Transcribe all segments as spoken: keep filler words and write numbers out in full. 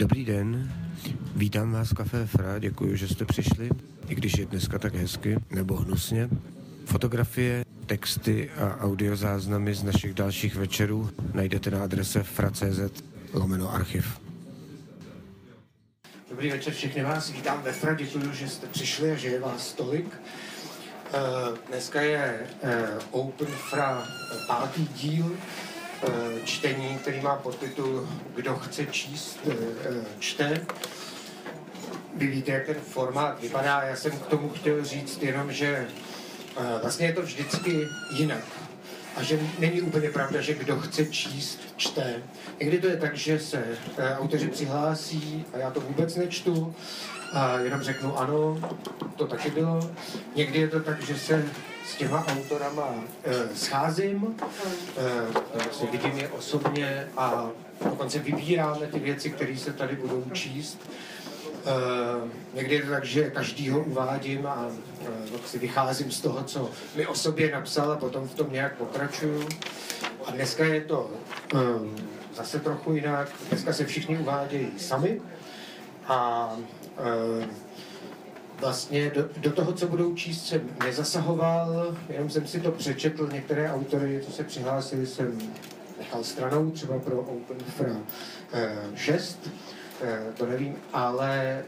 Dobrý den, vítám vás v Café Fra, děkuji, že jste přišli, i když je dneska tak hezky, nebo hnusně. Fotografie, texty a audiozáznamy z našich dalších večerů najdete na adrese fra.cz lomeno archiv. Dobrý večer, všechny vás vítám ve Fra, děkuji, že jste přišli a že je vás tolik. Dneska je Open Fra pátý díl čtení, který má podtitul Kdo chce číst, čte. Vy víte, jak ten formát vypadá. Já jsem k tomu chtěl říct jenom, že vlastně je to vždycky jinak. A že není úplně pravda, že kdo chce číst, čte. Někdy to je tak, že se autoři přihlásí a já to vůbec nečtu. A jenom řeknu ano, to taky bylo. Někdy je to tak, že se s těma autorama e, scházím, e, se vidím je osobně a dokonce vybíráme ty věci, které se tady budou číst. E, někdy je to tak, že každýho uvádím a e, si vycházím z toho, co mi o sobě napsal a potom v tom nějak pokračuju. A dneska je to e, zase trochu jinak. Dneska se všichni uvádějí sami a e, vlastně do, do toho, co budou číst, jsem nezasahoval, jenom jsem si to přečetl. Některé autory, co se přihlásili, jsem nechal stranou, třeba pro Open Fra šest, to nevím, ale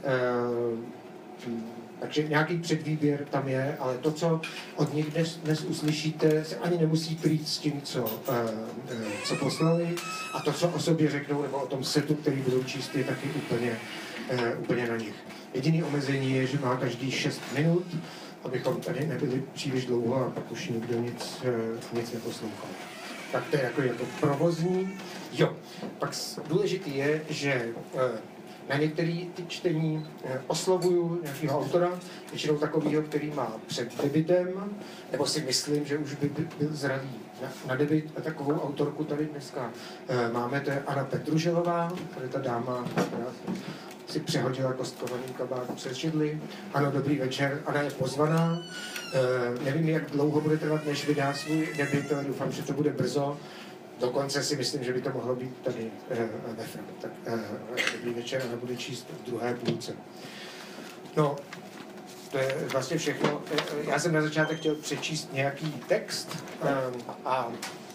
takže nějaký předvýběr tam je, ale to, co od nich dnes, dnes uslyšíte, se ani nemusí krýt s tím, co, co poslali, a to, co o sobě řeknou, nebo o tom setu, který budou číst, je taky úplně, úplně na nich. Jediné omezení je, že má každý šest minut, abychom tady nebyli příliš dlouho a pak už nikdo nic, nic neposlouchal. Tak to je jako, jako provozní. Jo, pak důležitý je, že na některé ty čtení oslovuju nějakého autora, většinou takového, který má před debitem, nebo si myslím, že už by byl zralý na, na debit. A takovou autorku tady dneska máme, to je Anna Petruželová, tady ta dáma, která si přehodila kostkovaný kabát přes židli. Ano, dobrý večer. Anna je pozvaná. E, nevím, jak dlouho bude trvat, než vydá svůj debut, ale doufám, že to bude brzo. Dokonce si myslím, že by to mohlo být tady e, ve Fra. Tak e, dobrý večer, Anna bude číst v druhé půlce. No, to je vlastně všechno. E, já jsem na začátek chtěl přečíst nějaký text e, a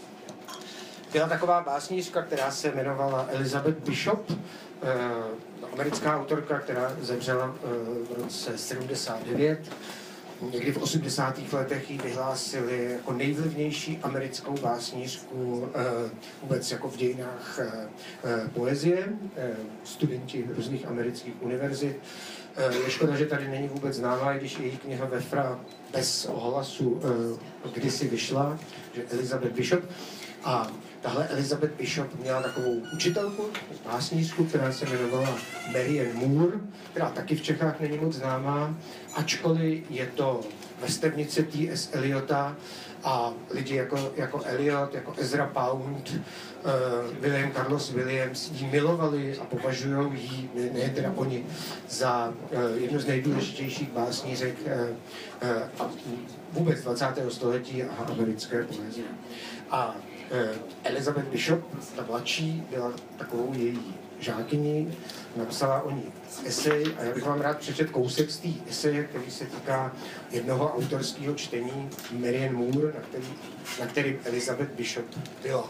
byla taková básnířka, která se jmenovala Elizabeth Bishop, americká autorka, která zemřela v roce sedmdesát devět. Někdy v osmdesátých letech ji vyhlásili jako nejvlivnější americkou básnířku vůbec jako v dějinách poezie. Studenti různých amerických univerzit. Je škoda, že tady není vůbec známá, i když její kniha ve Fra bez ohlasu kdysi vyšla, že Elizabeth Bishop. A tahle Elizabeth Bishop měla takovou učitelku, básnířku, která se jmenovala Marianne Moore, která taky v Čechách není moc známá, ačkoliv je to vrstevnice T S. Eliota a lidi jako, jako Eliot, jako Ezra Pound, uh, William Carlos Williams ji milovali a považují ji, ne, ne teda oni, za uh, jednu z nejdůležitějších básnířek uh, uh, vůbec dvacátého století a americké poezie. A Elizabeth Bishop, ta mladší, byla takovou její žákyní, napsala o ní esej a já bych vám rád přečet kousek z té eseje, který se týká jednoho autorského čtení Marianne Moore, na, který, na kterým Elizabeth Bishop byla.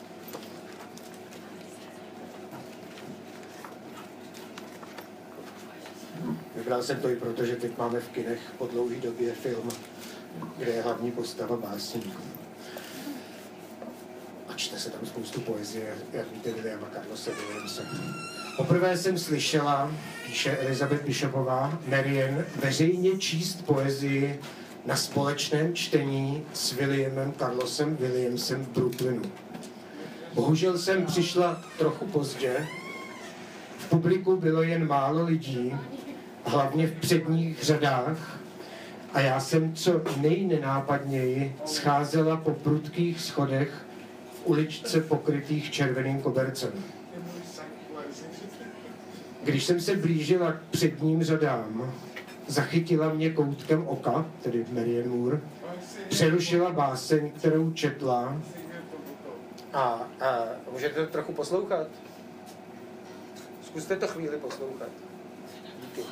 Vybral jsem to i proto, že teď máme v kinech po dlouhé době film, kde je hlavní postava básník. A čte se tam spoustu poezie, jak víte, Williama Carlose Williamse. Poprvé jsem slyšela, píše Elizabeth Bishopová, Marianne veřejně číst poezii na společném čtení s Williamem Carlosem Williamsem v Brooklynu. Bohužel jsem přišla trochu pozdě. V publiku bylo jen málo lidí, hlavně v předních řadách, a já jsem co nejnenápadněji scházela po prudkých schodech v uličce pokrytých červeným kobercem. Když jsem se blížila k předním řadám, zachytila mě koutkem oka, tedy Marianne Moore, přerušila báseň, kterou četla. A, a můžete to trochu poslouchat? Zkuste to chvíli poslouchat. Díky.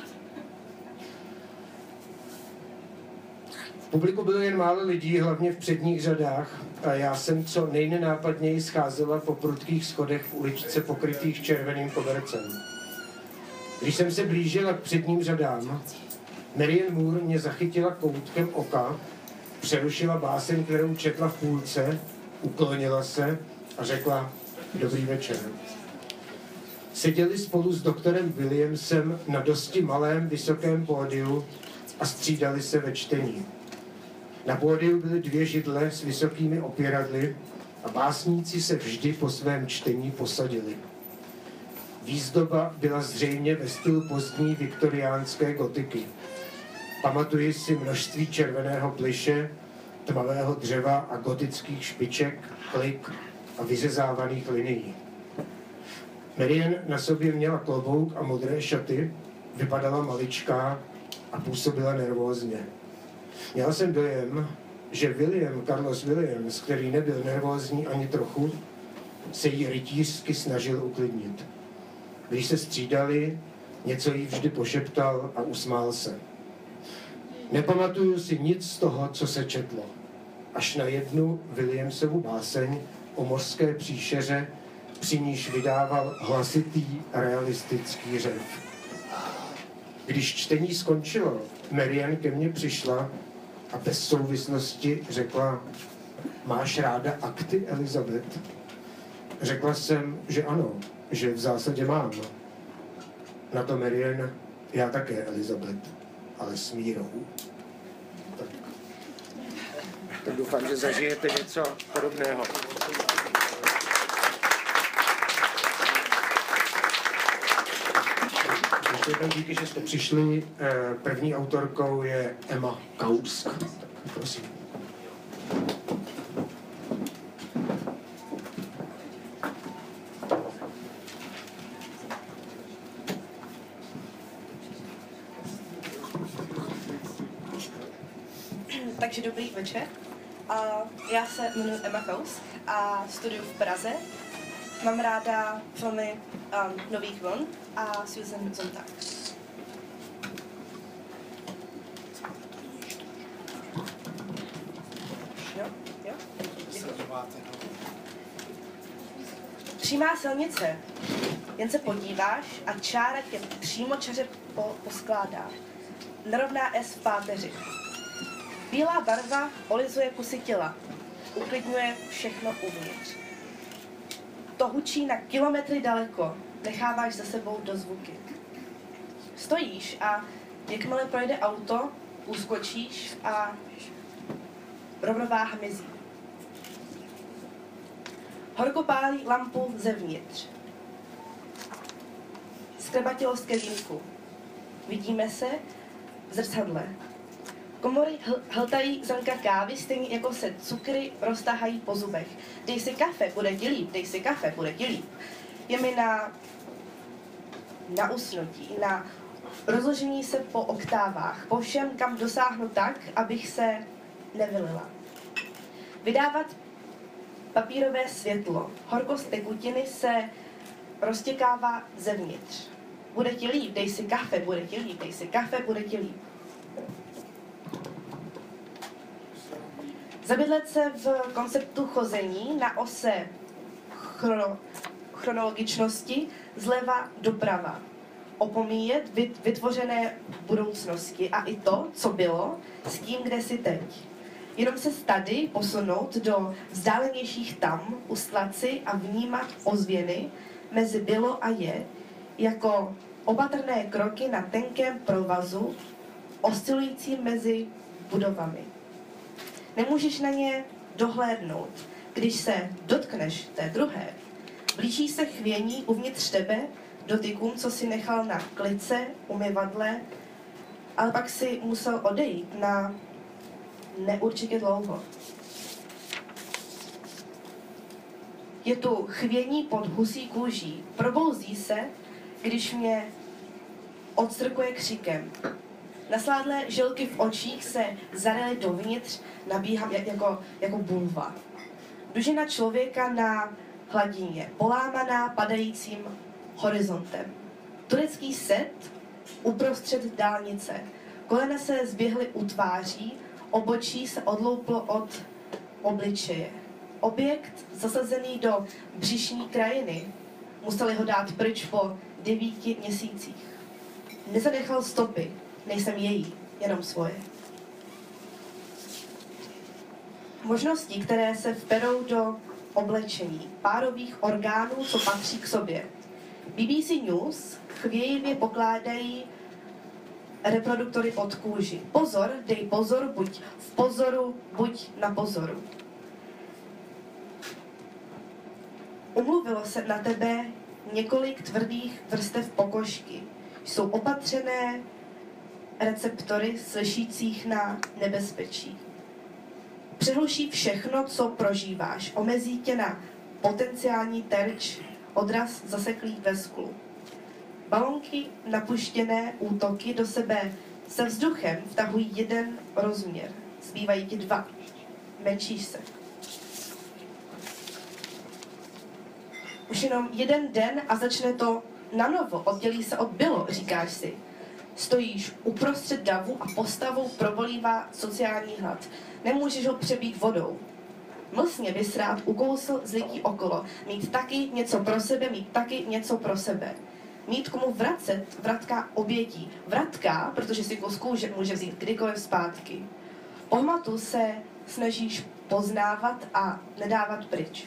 V publiku bylo jen málo lidí, hlavně v předních řadách, a já jsem co nejnenápadněji scházela po prudkých schodech v uličce pokrytých červeným kobercem. Když jsem se blížila k předním řadám, Marianne Moore mě zachytila koutkem oka, přerušila báseň, kterou četla v půlce, uklonila se a řekla dobrý večer. Seděli spolu s doktorem Williamsem na dosti malém, vysokém pódiu a střídali se ve čtení. Na pódiu byly dvě židle s vysokými opěradly a básníci se vždy po svém čtení posadili. Výzdoba byla zřejmě ve stylu pozdní viktoriánské gotiky. Pamatuji si množství červeného plyše, tmavého dřeva a gotických špiček, klik a vyřezávaných linií. Marianne na sobě měla klobouk a modré šaty, vypadala maličká a působila nervózně. Měla jsem dojem, že William Carlos Williams, který nebyl nervózní ani trochu, se jí rytířsky snažil uklidnit. Když se střídali, něco jí vždy pošeptal a usmál se. Nepamatuju si nic z toho, co se četlo. Až na jednu Williamsovu báseň o mořské příšeře, při níž vydával hlasitý realistický řev. Když čtení skončilo, Marianne ke mně přišla a bez souvislosti řekla: máš ráda akty, Elizabeth? Řekla jsem, že ano, že v zásadě mám. Na to Marianne: já také, Elizabeth, ale s mírou. Tak. tak doufám, že zažijete něco podobného. Ještě jednou díky, že jste přišli. První autorkou je Emma Kausk. Tak, prosím. Takže dobrý večer. A já se jmenuji Emma Kausk a studuju v Praze. Mám ráda filmy um, Nových vln a Susan Sontag. Jo, jo. Přímá silnice. Jen se podíváš a čára tě přímo čaře po, poskládá. Nerovná S v páteři. Bílá barva olizuje kusy těla. Uklidňuje všechno uvnitř. To hučí na kilometry daleko. Necháváš za sebou dozvuky. Stojíš a jakmile projde auto, uskočíš a rovnováha mizí. Horko pálí lampu zevnitř. Sklebatilo z kelímku. Vidíme se v zrcadle. Komory hl- hltají zrnka kávy, stejně jako se cukry roztahají po zubech. Dej si kafe, bude ti líp, dej si kafe, bude ti líp. Je mi na, na usnutí, na rozložení se po oktávách, po všem, kam dosáhnu tak, abych se nevylila. Vydávat papírové světlo, horkost tekutiny se roztěkává zevnitř. Bude ti líp, dej si kafe, bude ti líp, dej si kafe, bude ti líp. Zabydlet se v konceptu chození na ose chrono, chronologičnosti zleva doprava. Opomíjet vytvořené budoucnosti a i to, co bylo, s tím, kde jsi teď. Jenom se tady posunout do vzdálenějších tam, ustlat si a vnímat ozvěny mezi bylo a je, jako opatrné kroky na tenkém provazu, oscilujícím mezi budovami. Nemůžeš na ně dohlédnout. Když se dotkneš té druhé, blíží se chvění uvnitř tebe dotykům, co si nechal na klice, umyvadle, ale pak si musel odejít na neurčitě dlouho. Je tu chvění pod husí kůží. Probouzí se, když mě odstrkuje křikem. Nasládlé žilky v očích se zaryly dovnitř, nabíhám jako, jako bulva. Dužina člověka na hladině, polámaná padajícím horizontem. Turecký set uprostřed dálnice. Kolena se zběhly u tváří, obočí se odlouplo od obličeje. Objekt zasazený do břišní krajiny. Museli ho dát pryč po devíti měsících. Nezanechal stopy, nejsem její, jenom svoje. Možnosti, které se vperou do oblečení, párových orgánů, co patří k sobě. B B C News chvějivě pokládají reproduktory pod kůži. Pozor, dej pozor, buď v pozoru, buď na pozoru. Umluvilo se na tebe několik tvrdých vrstev pokožky. Jsou opatřené receptory slyšících na nebezpečí. Přehluší všechno, co prožíváš. Omezí tě na potenciální terč, odraz zaseklý ve sklu. Balonky napuštěné útoky do sebe se vzduchem vtahují jeden rozměr. Zbývají ti dva. Menšíš se. Už jenom jeden den a začne to nanovo. Oddělí se od bylo, říkáš si. Stojíš uprostřed davu a postavou probolívá sociální hlad. Nemůžeš ho přebít vodou. Mlsně bys rád ukousl z lidí okolo. Mít taky něco pro sebe, mít taky něco pro sebe. Mít komu vracet, vratka obětí. Vratka, protože si kus kůže může vzít kdykoliv zpátky. Ohmatu se snažíš poznávat a nedávat pryč.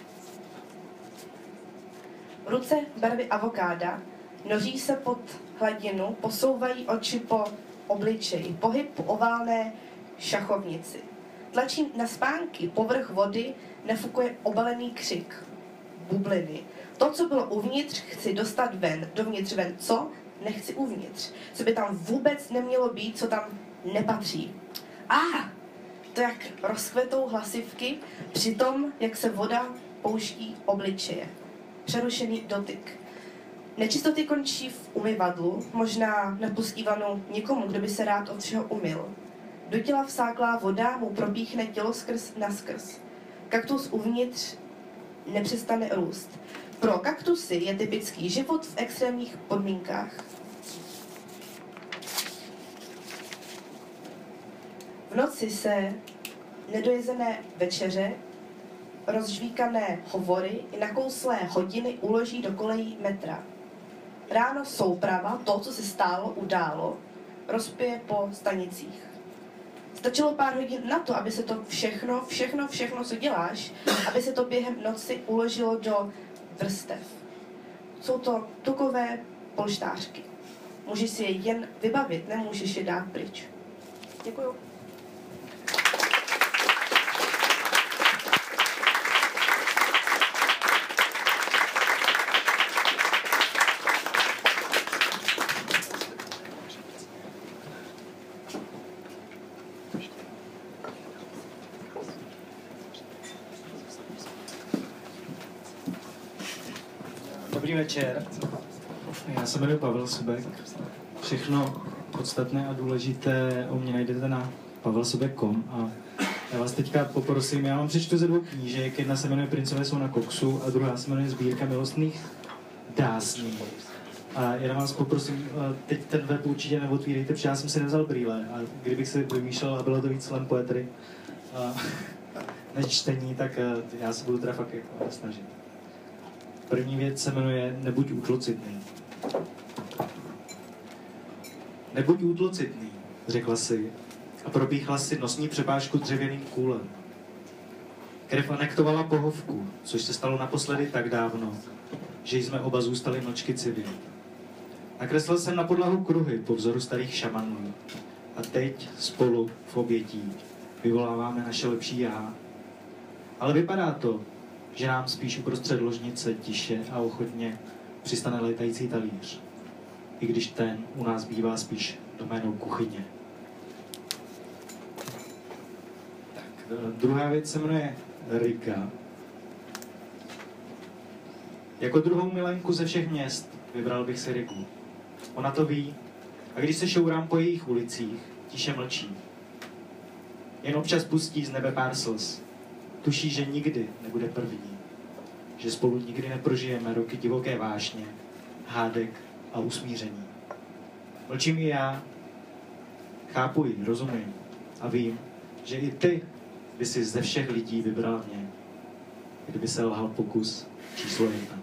Ruce barvy avokáda noří se pod hladinu, posouvají oči po obličeji. Pohyb po oválné šachovnici. Tlačím na spánky, povrch vody nefukuje obalený křik. Bubliny. To, co bylo uvnitř, chci dostat ven. Dovnitř ven. Co? Nechci uvnitř. Co by tam vůbec nemělo být, co tam nepatří. A ah, to, jak rozkvetou hlasivky při tom, jak se voda pouští obličeje. Přerušený dotyk. Nečistoty končí v umyvadlu, možná napustí vanu někomu, kdo by se rád od všeho umyl. Do těla vsáklá voda mu propíchne tělo skrz naskrz. Kaktus uvnitř nepřestane růst. Pro kaktusy je typický život v extrémních podmínkách. V noci se nedojezené večeře, rozžvíkané hovory i nakouslé hodiny uloží do kolejí metra. Ráno souprava, to, co se stálo, událo, rozpije po stanicích. Stačilo pár hodin na to, aby se to všechno, všechno, všechno, co děláš, aby se to během noci uložilo do vrstev. Jsou to tukové polštářky. Můžeš si je jen vybavit, nemůžeš je dát pryč. Děkuju. Dobrý večer, já se jmenuji Pavel Sobek. Všechno podstatné a důležité o mě najdete na pavel sobek tečka com a já vás teďka poprosím, já vám přečtu ze dvou knížek, jedna se jmenuje Princové jsou na koksu a druhá se jmenuje Sbírka milostných dásní. A já vás poprosím, teď ten web určitě neotvírejte, protože já jsem si nevzal brýle a kdybych si vymýšlel a bylo to víc slam poetry než čtení, tak já se budu teda fakt jako snažit. První věc se jmenuje Nebuď útlocitný. Nebuď útlocitný, řekla si a propíchla si nosní přepážku dřevěným kůlem. Krev anektovala pohovku, což se stalo naposledy tak dávno, že jsme oba zůstali mlčky civě. Nakreslil jsem na podlahu kruhy po vzoru starých šamanů a teď spolu v obětí vyvoláváme naše lepší já. Ale vypadá to, že nám spíš uprostřed ložnice tiše a ochotně přistane létající talíř, i když ten u nás bývá spíš doménou kuchyně. Tak, druhá věc se jmenuje Rika. Jako druhou milenku ze všech měst vybral bych si Riku. Ona to ví a když se šourám po jejich ulicích, tiše mlčí. Jen občas pustí z nebe pár slz. Tuší, že nikdy nebude první. Že spolu nikdy neprožijeme roky divoké vášně, hádek a usmíření. Mlčím i já, chápu ji, rozumím a vím, že i ty by si ze všech lidí vybral mě, kdyby se lhal pokus číslo jedna.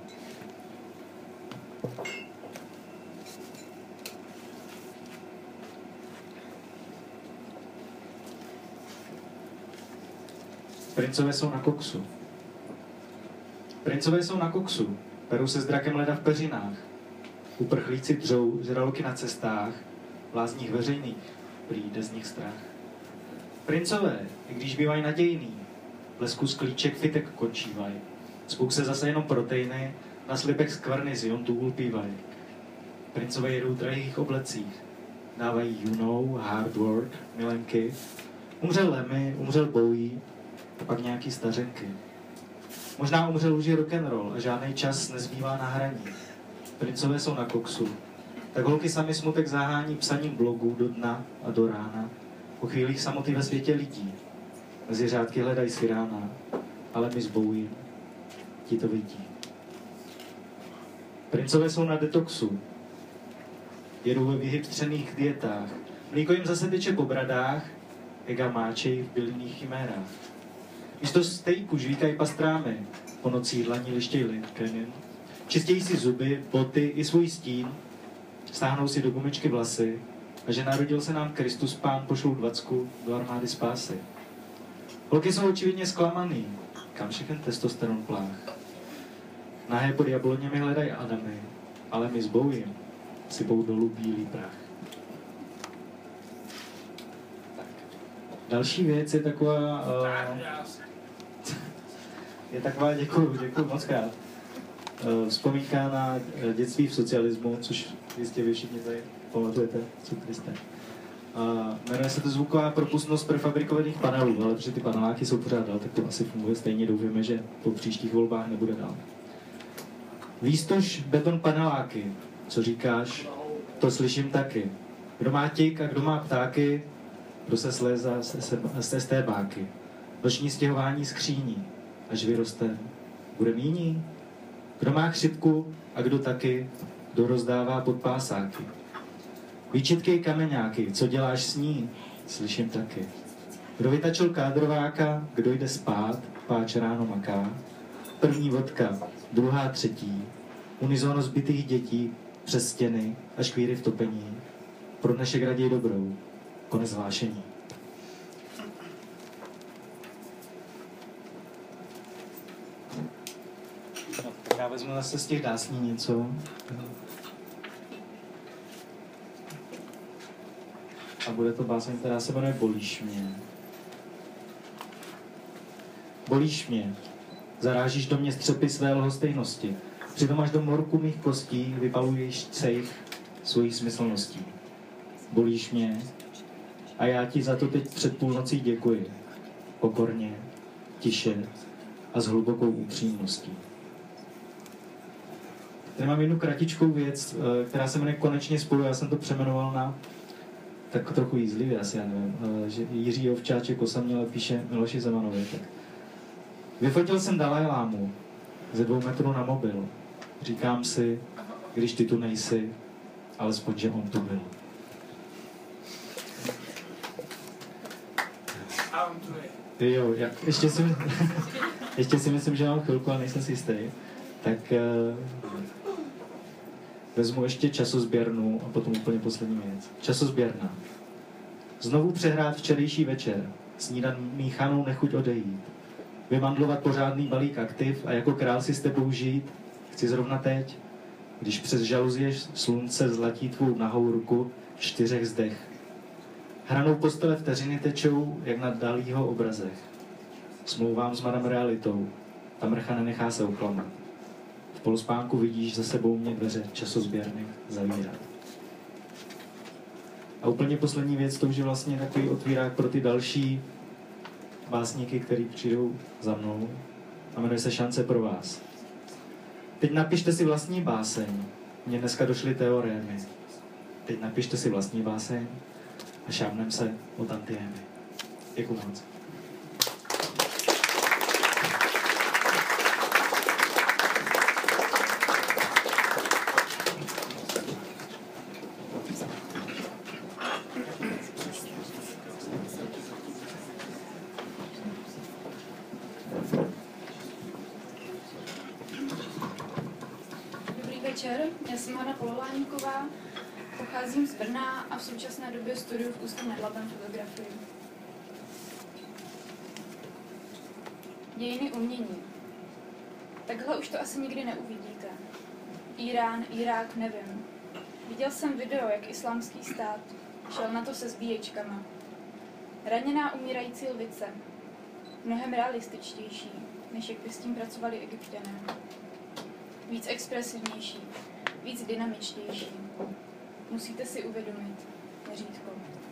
Princové jsou na koksu. Princové jsou na koksu. Perou se s drakem leda v peřinách. Uprchlíci dřou žraloky na cestách, v lázních veřejných, prý jde z nich strach. Princové, i když bývají nadějný, v lesku z klíček fitek končívaj. Spuk se zase jenom proteiny, na slipek skvrny z jontů ulpívaj. Princové jedou v drahých oblecích, dávají you know, hard work, milenky. Umřel Lemmy, umřel Bowie, a pak nějaký stařenky. Možná umřel už i rock'n'roll a žádný čas nezbývá na hraní. Princové jsou na koksu. Tak holky sami smutek zahání psaním blogů do dna a do rána. Po chvílích samoty ve světě lidí. Mezi řádky hledají si rána, ale my s Bowiem ti to vidí. Princové jsou na detoxu. Jedou ve vyhybstřených dietách. Mlíko jim zase teče po bradách, ega máčej v bylinných chimérách. Místo stejku žvíkají pastrámy, po nocí dlaní lištěj linkenin. Čistějí si zuby, boty i svůj stín, stáhnou si do gumičky vlasy a že narodil se nám Kristus Pán, pošlou dvacku do armády spásy. Holky jsou očividně zklamaný, kam všechen testosteron plách. Nahé pod jabloněmi hledají Adamy, ale my s Bowiem sypou dolů bílý prach. Tak. Další věc je taková... Uh, je taková, děkuju, děkuju moc krát. Uh, vzpomínka na dětství v socialismu, což jistě vy všichni tady pamatujete, co tady jste. Uh, jmenuje se to zvuková propustnost prefabrikovaných panelů, ale protože ty paneláky jsou pořád dál, tak to asi funguje stejně. Doufujeme, že po příštích volbách nebude dál. Výstož beton paneláky, co říkáš, to slyším taky. Kdo má tik a kdo má ptáky, kdo se slézá z té báky. Noční stěhování skříní, až vyroste, bude míní. Kdo má chřipku a kdo taky, kdo rozdává podpásáky. Výčitky kameňáky, co děláš s ní, slyším taky. Kdo vytačil kádrováka, kdo jde spát, páč ráno maká. První vodka, druhá třetí, unizono zbytých dětí, přes stěny až kvíry v topení. Pro dnešek raději dobrou, konec hlášení. No, tak já vezmu zase z těch dásní něco. A bude to báseň, která se jmenuje Bolíš mě. Bolíš mě, zarážíš do mě střepy své lhostejnosti. Přitom až do morku mých kostí vypaluješ cejch svojí smyslností. Bolíš mě a já ti za to teď před půlnocí děkuji. Pokorně, tiše a s hlubokou upřímností. Tady mám jednu kratičkou věc, která se jmenuje Konečně spolu. Já jsem to přemenoval na tak trochu jízlivě, asi já nevím, že Jiří Ovčáček osaměle píše Miloši Zemanovi. Tak. Vyfotil jsem Dalajlámu ze dvou metrů na mobil. Říkám si, když ty tu nejsi, alespoň, že on tu byl. A on tu je. Jo, jak, ještě, si, ještě si myslím, že mám chvilku, ale nejsem si jistý. Tak uh, vezmu ještě časozběrnu a potom úplně poslední věc. Časozběrna. Znovu přehrát včerejší večer, snídat míchanou nechuť odejít, vymandlovat pořádný balík aktiv a jako král si s tebou žít, chci zrovna teď, když přes žaluzie slunce zlatí tvou nahou ruku v čtyřech zdech. Hranou postele vteřiny tečou, jak na Dalího obrazech. Smlouvám s madam realitou, ta mrcha nenechá se oklamat. V polospánku vidíš za sebou mě dveře časozběrny zavírat. A úplně poslední věc, to už je vlastně takový otvírák pro ty další básníky, který přijdou za mnou a jmenuje se Šance pro vás. Teď napište si vlastní báseň. Mně dneska došly teorémy. Teď napište si vlastní báseň a šáhnem se o tantiémy. Děkuju moc. večer, já jsem Hana Pololáníková, pocházím z Brna a v současné době studuju v Ústí nad Labem fotografii. Dějiny umění. Takhle už to asi nikdy neuvidíte. Irán, Irák, nevím. Viděl jsem video, jak islámský stát šel na to se zbíječkama. Raněná umírající lvice. Mnohem realističtější, než jak by s tím pracovali Egypťané. Víc expresivnější, víc dynamičtější. Musíte si uvědomit, neřídko.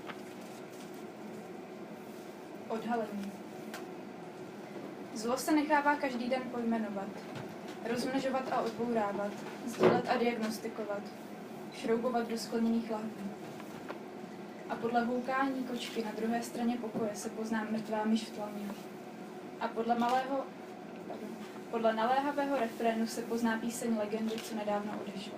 Odhalení. Zlo se nechává každý den pojmenovat, rozmnožovat a odbourávat, sdílet a diagnostikovat, šroubovat do skleněných lahví. A podle houkání kočky na druhé straně pokoje se pozná mrtvá myš v tlamě. A podle malého, pardon, podle naléhavého refrénu se pozná píseň legendy, co nedávno odešla.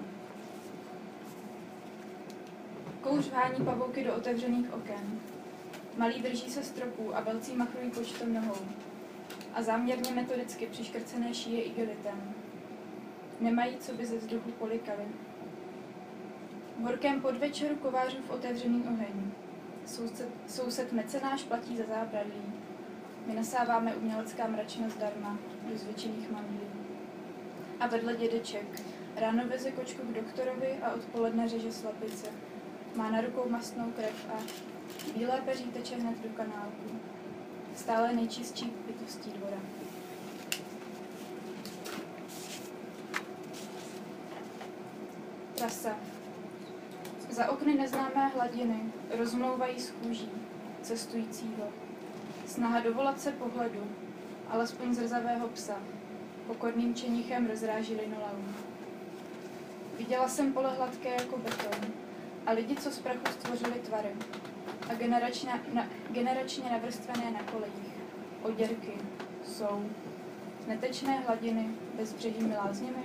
Kouř hání pavouky do otevřených oken. Malí drží se stropů a velcí machrují počtem nohou. A záměrně metodicky přiškrcené šíje igelitem. Nemají, co by ze vzduchu polikali. V horkém podvečeru kovářů v otevřený oheň. Soused, soused mecenáš platí za zábradlí. My nasáváme umělecká mračna zdarma do zvětšených mandlí. A vedle dědeček. Ráno veze kočku k doktorovi a odpoledne řeže slapice. Má na rukou mastnou krev a bílé peří teče hned do kanálku. Stále nejčistší bytostí dvora. Trasa. Za okny neznámé hladiny rozmlouvají z kůží cestujícího. Snaha dovolat se pohledu, alespoň zrzavého psa, pokorným čenichem rozráží linoleum. Viděla jsem pole hladké jako beton a lidi, co z prachu stvořili tvary a generačně, na, generačně navrstvené na kolejích. Oděrky jsou netečné hladiny bezbřehými lázněmi.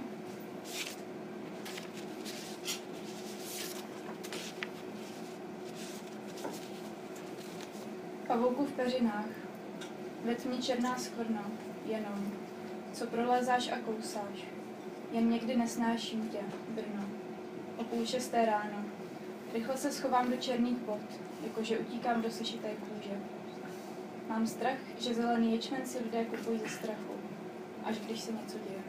Pavouku v peřinách, ve tmě černá skvrna, jenom, co prolézáš a kousáš. Jen někdy nesnáším tě, Brno. O půl šesté ráno. Rychle se schovám do černých bot, jakože utíkám do sešité kůže. Mám strach, že zelený ječmen si lidé kupují ze strachu, až když se něco děje.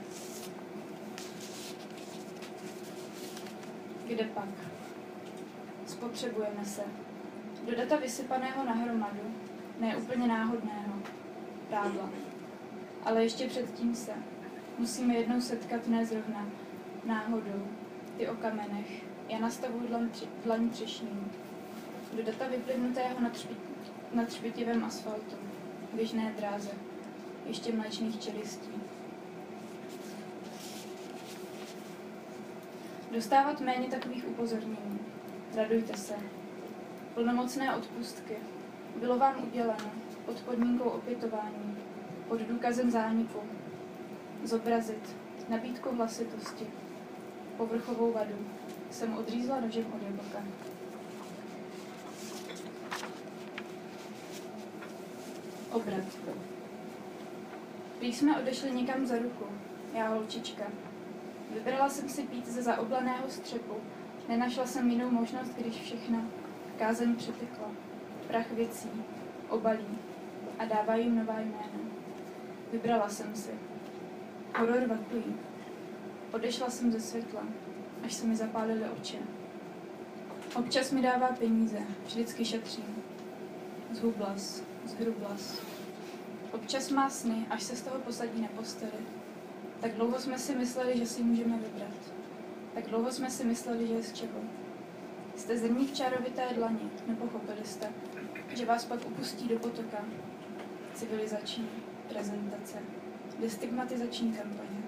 Kde pak? Spotřebujeme se. Do data vysypaného na hromadu, ne úplně náhodného, prádla. Ale ještě předtím se musíme jednou setkat ne zrovna náhodou, ty o kamenech. Já nastavuji dlaň, tři, dlaň třešním. Do data vyplivnutého na, třpi, na třpitivém asfaltu, běžné dráze, ještě mléčných čelistí. Dostávat méně takových upozornění. Radujte se. Plnomocné odpustky. Bylo vám uděleno pod podmínkou opětování, pod důkazem zániku. Zobrazit. Nabídku hlasitosti. Povrchovou vadu. Jsem odřízla nožem od jablka. Obrat. Když jsme odešli někam za ruku, já holčička. Vybrala jsem si pít ze zaoblaného střepu. Nenašla jsem jinou možnost, když všechna kázeň přetekla. Prach věcí, obalí a dává jim nová jména. Vybrala jsem si. Horor vakují. Odešla jsem ze světla, až se mi zapálily oči. Občas mi dává peníze, vždycky šetřím. Zhublas, zhrublas. Občas má sny, až se z toho posadí na posteli. Tak dlouho jsme si mysleli, že si můžeme vybrat. Tak dlouho jsme si mysleli, že je z čeho. Jste zrní v čarovité dlani, nepochopili jste, že vás pak upustí do potoka. Civilizační prezentace, destigmatizační kampaně.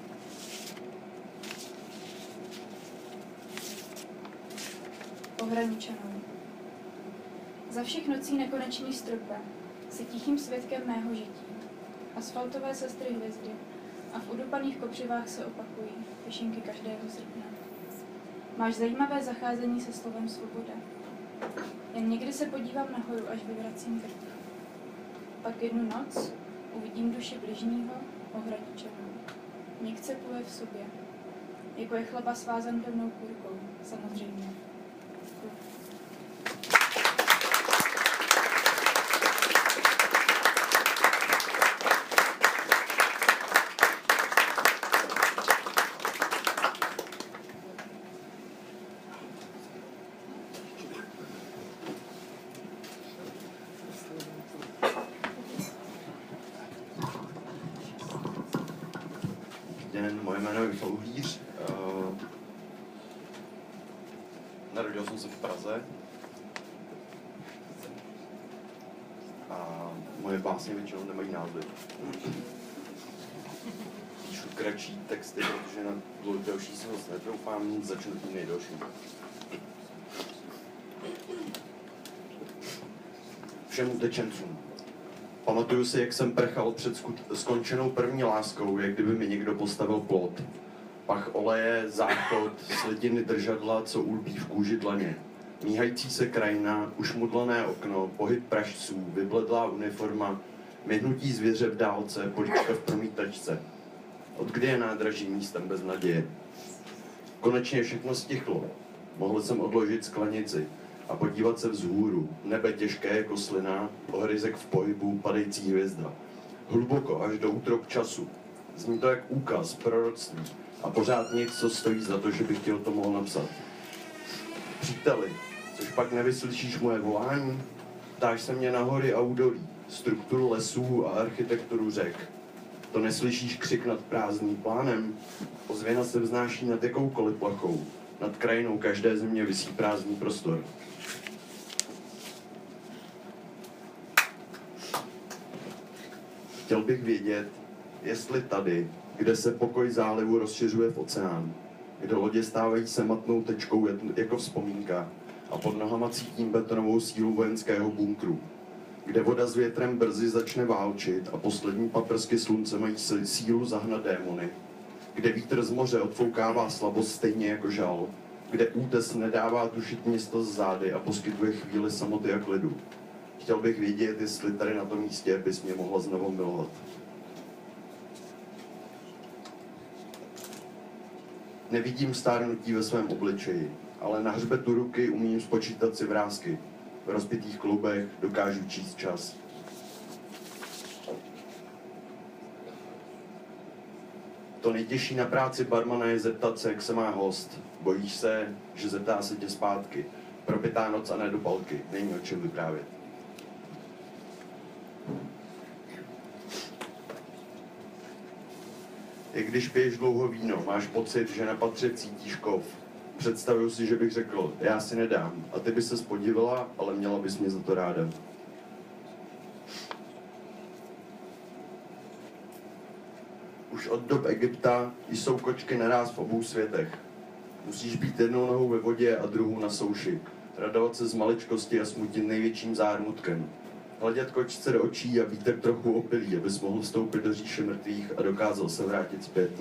Ohraničenou. Za všech nocí nekonečný strope, si tichým svědkem mého žití. Asfaltové sestry hvězdy a v udupaných kopřivách se opakují pěšinky každého srpna. Máš zajímavé zacházení se slovem svoboda. Jen někdy se podívám nahoru, až vyvracím krk. Pak jednu noc uvidím duši bližního ohraničenou. Měkce pluje v sobě. jako je chleba svázan pevnou kůrkou, samozřejmě. Den, moje jméno je Michal Uhlíř. Uh, narodil jsem se v Praze. A moje básně většinou nemají názvy. Píšu kratší texty, protože na delší se moc netroufám, začnu tím nejdelším. Všem utečencům. Pamatuju si, jak jsem prchal před skončenou první láskou, jak kdyby mi někdo postavil plot. Pach oleje, záchod, slitiny držadla, co ulpí v kůži dlaně. Míhající se krajina, ušmudlané okno, pohyb pražců, vybledlá uniforma, myhnutí zvěře v dálce, políčka v promítačce. Odkdy je nádraží místem bez naděje? Konečně všechno stichlo. Mohl jsem odložit sklenici a podívat se vzhůru. Nebe těžké jako slina, ohryzek v pohybu, padající hvězda. Hluboko až do útrop času. Zní to jak úkaz, proroctví. A pořád nic, co stojí za to, že bych ti o to mohl napsat. Příteli, což pak nevyslyšíš moje volání? Ptáš se mě na hory a údolí, strukturu lesů a architekturu řek. To neslyšíš křik nad prázdným plánem? Ozvěna se vznáší nad jakoukoliv plachou. Nad krajinou každé země visí prázdný prostor. Chtěl bych vědět, jestli tady, kde se pokoj zálivu rozšiřuje v oceán, kde lodě stávají se matnou tečkou jako vzpomínka a pod nohama cítím betonovou sílu vojenského bunkru, kde voda s větrem brzy začne válčit a poslední paprsky slunce mají sílu zahnat démony, kde vítr z moře odfoukává slabost stejně jako žal, kde útes nedává tušit město z zády a poskytuje chvíli samoty a klidu. Chtěl bych vědět, jestli tady na tom místě bys mě mohla znovu milovat. Nevidím stárnutí ve svém obličeji, ale na hřbetu ruky umím spočítat si vrásky. V rozbitých kloubech dokážu číst čas. To nejtěžší na práci barmana je zeptat se, jak se má host. Bojíš se, že zeptá se tě zpátky. Propitá noc a nedopalky. Není o čem vyprávět. I když piješ dlouho víno, máš pocit, že na patře cítíš kov. Představuju si, že bych řekl, já si nedám. A ty by ses podívala, ale měla bys mě za to ráda. Už od dob Egypta jsou kočky naráz v obou světech. Musíš být jednou nohou ve vodě a druhou na souši. Radovat se z maličkosti a smutit největším zármutkem. Hledět kočce do očí a vítr trochu opilí, abys mohl vstoupit do říše mrtvých a dokázal se vrátit zpět.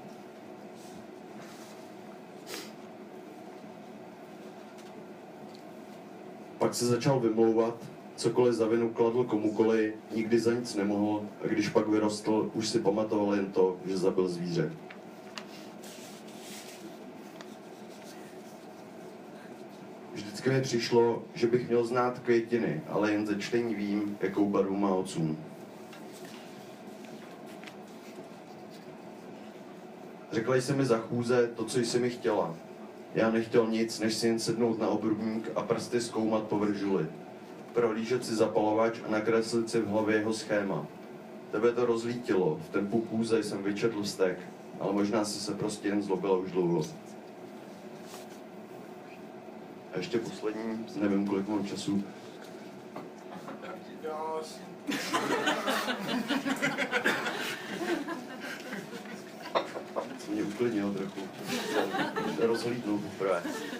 Pak se začal vymlouvat, cokoliv za vinu kladl komukoli, nikdy za nic nemohl a když pak vyrostl, už si pamatoval jen to, že zabil zvíře. Vždycky mi přišlo, že bych měl znát květiny, ale jen ze čtení vím, jakou barvu má ocůn. Řekla jsi mi za chůze to, co jsi mi chtěla. Já nechtěl nic, než si jen sednout na obrubník a prsty zkoumat povrch žuly. Prohlížet si zapalovač a nakreslit si v hlavě jeho schéma. Tebe to rozlítilo, v tempu chůze jsem vyčetl vztek, ale možná si se prostě jen zlobila už dlouho. A ještě poslední, nevím, kolik mám času. To mě uklidnilo trochu. Rozhlídnul poprvé.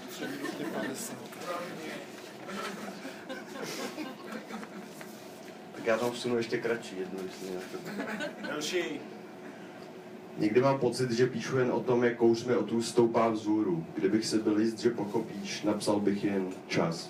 Tak já tam vsunu ještě kratší jednu, jestli Další. Někdy mám pocit, že píšu jen o tom, jak kouř mi odtud stoupá vzhůru. Kdybych si byl jist, že pochopíš, napsal bych jen čas.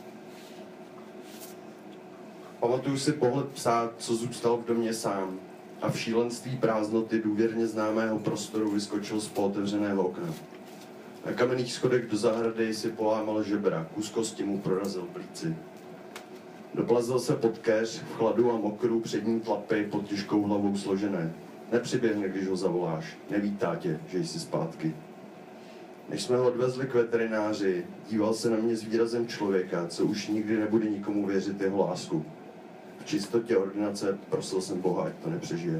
Pamatuju si pohled psa, co zůstal v domě sám. a v šílenství prázdnoty důvěrně známého prostoru vyskočil z pootevřeného okna. Na kamenných schodech do zahrady si polámal žebra, kus kosti mu prorazil plíci. Doplazil se pod keř, v chladu a mokru přední tlapy pod těžkou hlavou složené. Nepřiběhne, když ho zavoláš, nevítá tě, že jsi zpátky. Než jsme ho odvezli k veterináři, díval se na mě s výrazem člověka, co už nikdy nebude nikomu věřit jeho lásku. V čistotě ordinace prosil jsem Boha, ať to nepřežije.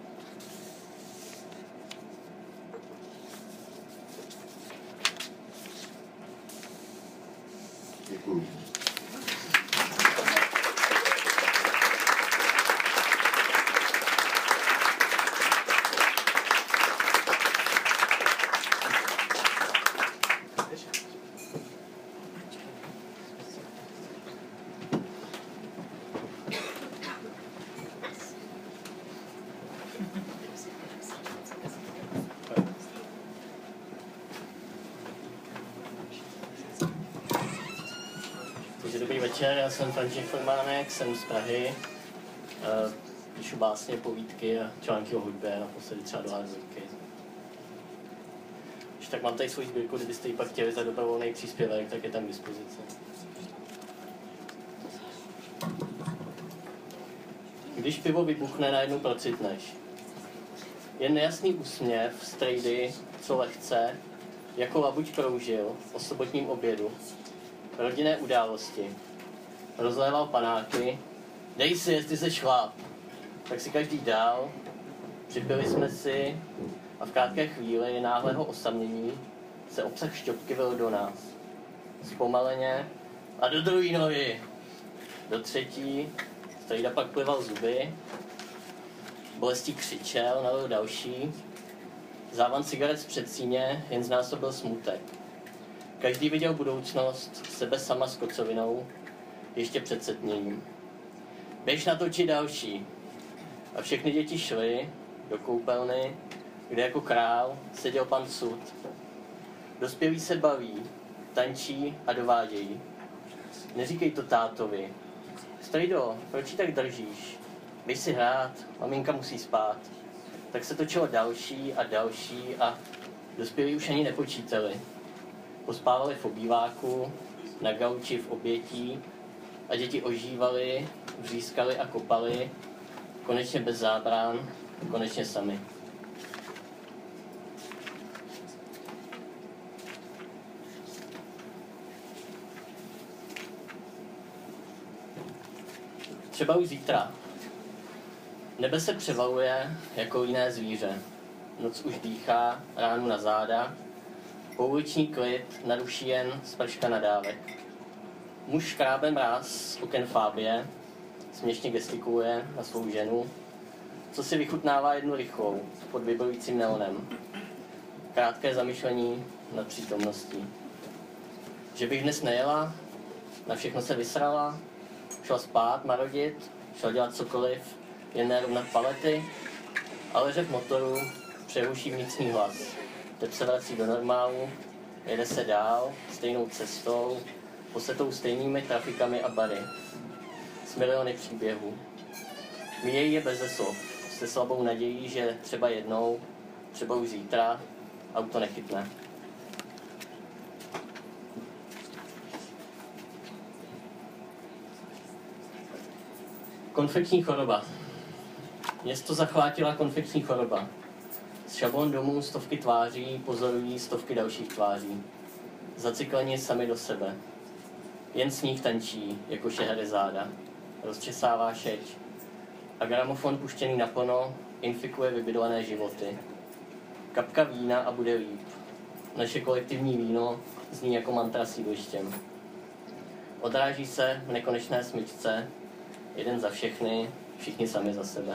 Děkuju. Dobrý večer, já jsem František Formánek, jsem z Prahy. Píšu básně, povídky a články o hudbě, naposledy třeba do hádky. Když tak mám tady svou sbírku, kdybyste ji pak chtěli za dobrovolný příspěvek, tak je tam k dispozici. Když pivo vybuchne, najednou procitneš. Jen nejasný úsměv z trejdy, co lehce, jako labuť kroužil o sobotním obědu. Rodinné události. Rozléval panáky. Dej si, jestli se šláp. Tak si každý dal. Připili jsme si a v krátké chvíli náhlého osamění se obsah šťopky vylil do nás. Zpomaleně a do druhý nohy. Do třetí. Strejda pak plival zuby. Bolestí křičel, nalil další. Závan cigaret z předsíně jen znásobil smutek. Každý viděl budoucnost, sebe sama s kocovinou, ještě před setměním. Běž natočit další. A všechny děti šly do koupelny, kde jako král seděl pan Sud. Dospělí se baví, tančí a dovádějí. Neříkej to tátovi. Strejdo, proč ji tak držíš? Běž si hrát, maminka musí spát. Tak se točilo další a další a dospělí už ani nepočítali. Pospávali v obýváku, na gauči v obětí a děti ožívali, vřískali a kopali, konečně bez zábran, konečně sami. Třeba už zítra. Nebe se převaluje jako jiné zvíře. Noc už dýchá ránu na záda. Pouliční klid naruší jen sprška nadávek. Muž škrábe mráz z oken Fábie, směšně gestikuluje na svou ženu, co si vychutnává jednu rychlou pod vybrujícím neonem. Krátké zamyšlení nad přítomností. Že bych dnes nejela, na všechno se vysrala, šla spát, marodit, šla dělat cokoliv, jen ne rovnat palety, ale že v motoru přeruší vnitřní hlas. Teď se vrací do normálu, jede se dál, stejnou cestou, posetou stejnými trafikami a bary. S miliony příběhů. Míjejí je beze slov, se slabou nadějí, že třeba jednou, třeba už zítra, auto nechytne. Konfektní choroba. Město zachvátila konfektní choroba. Z šablon domů stovky tváří pozorují stovky dalších tváří. Zacykleni sami do sebe. Jen sníh tančí, jako Šehrezáda. Rozčesává šeť. A gramofon puštěný naplno infikuje vybydlené životy. Kapka vína a bude líp. Naše kolektivní víno zní jako mantra sídlištěm. Odráží se v nekonečné smyčce. Jeden za všechny, všichni sami za sebe.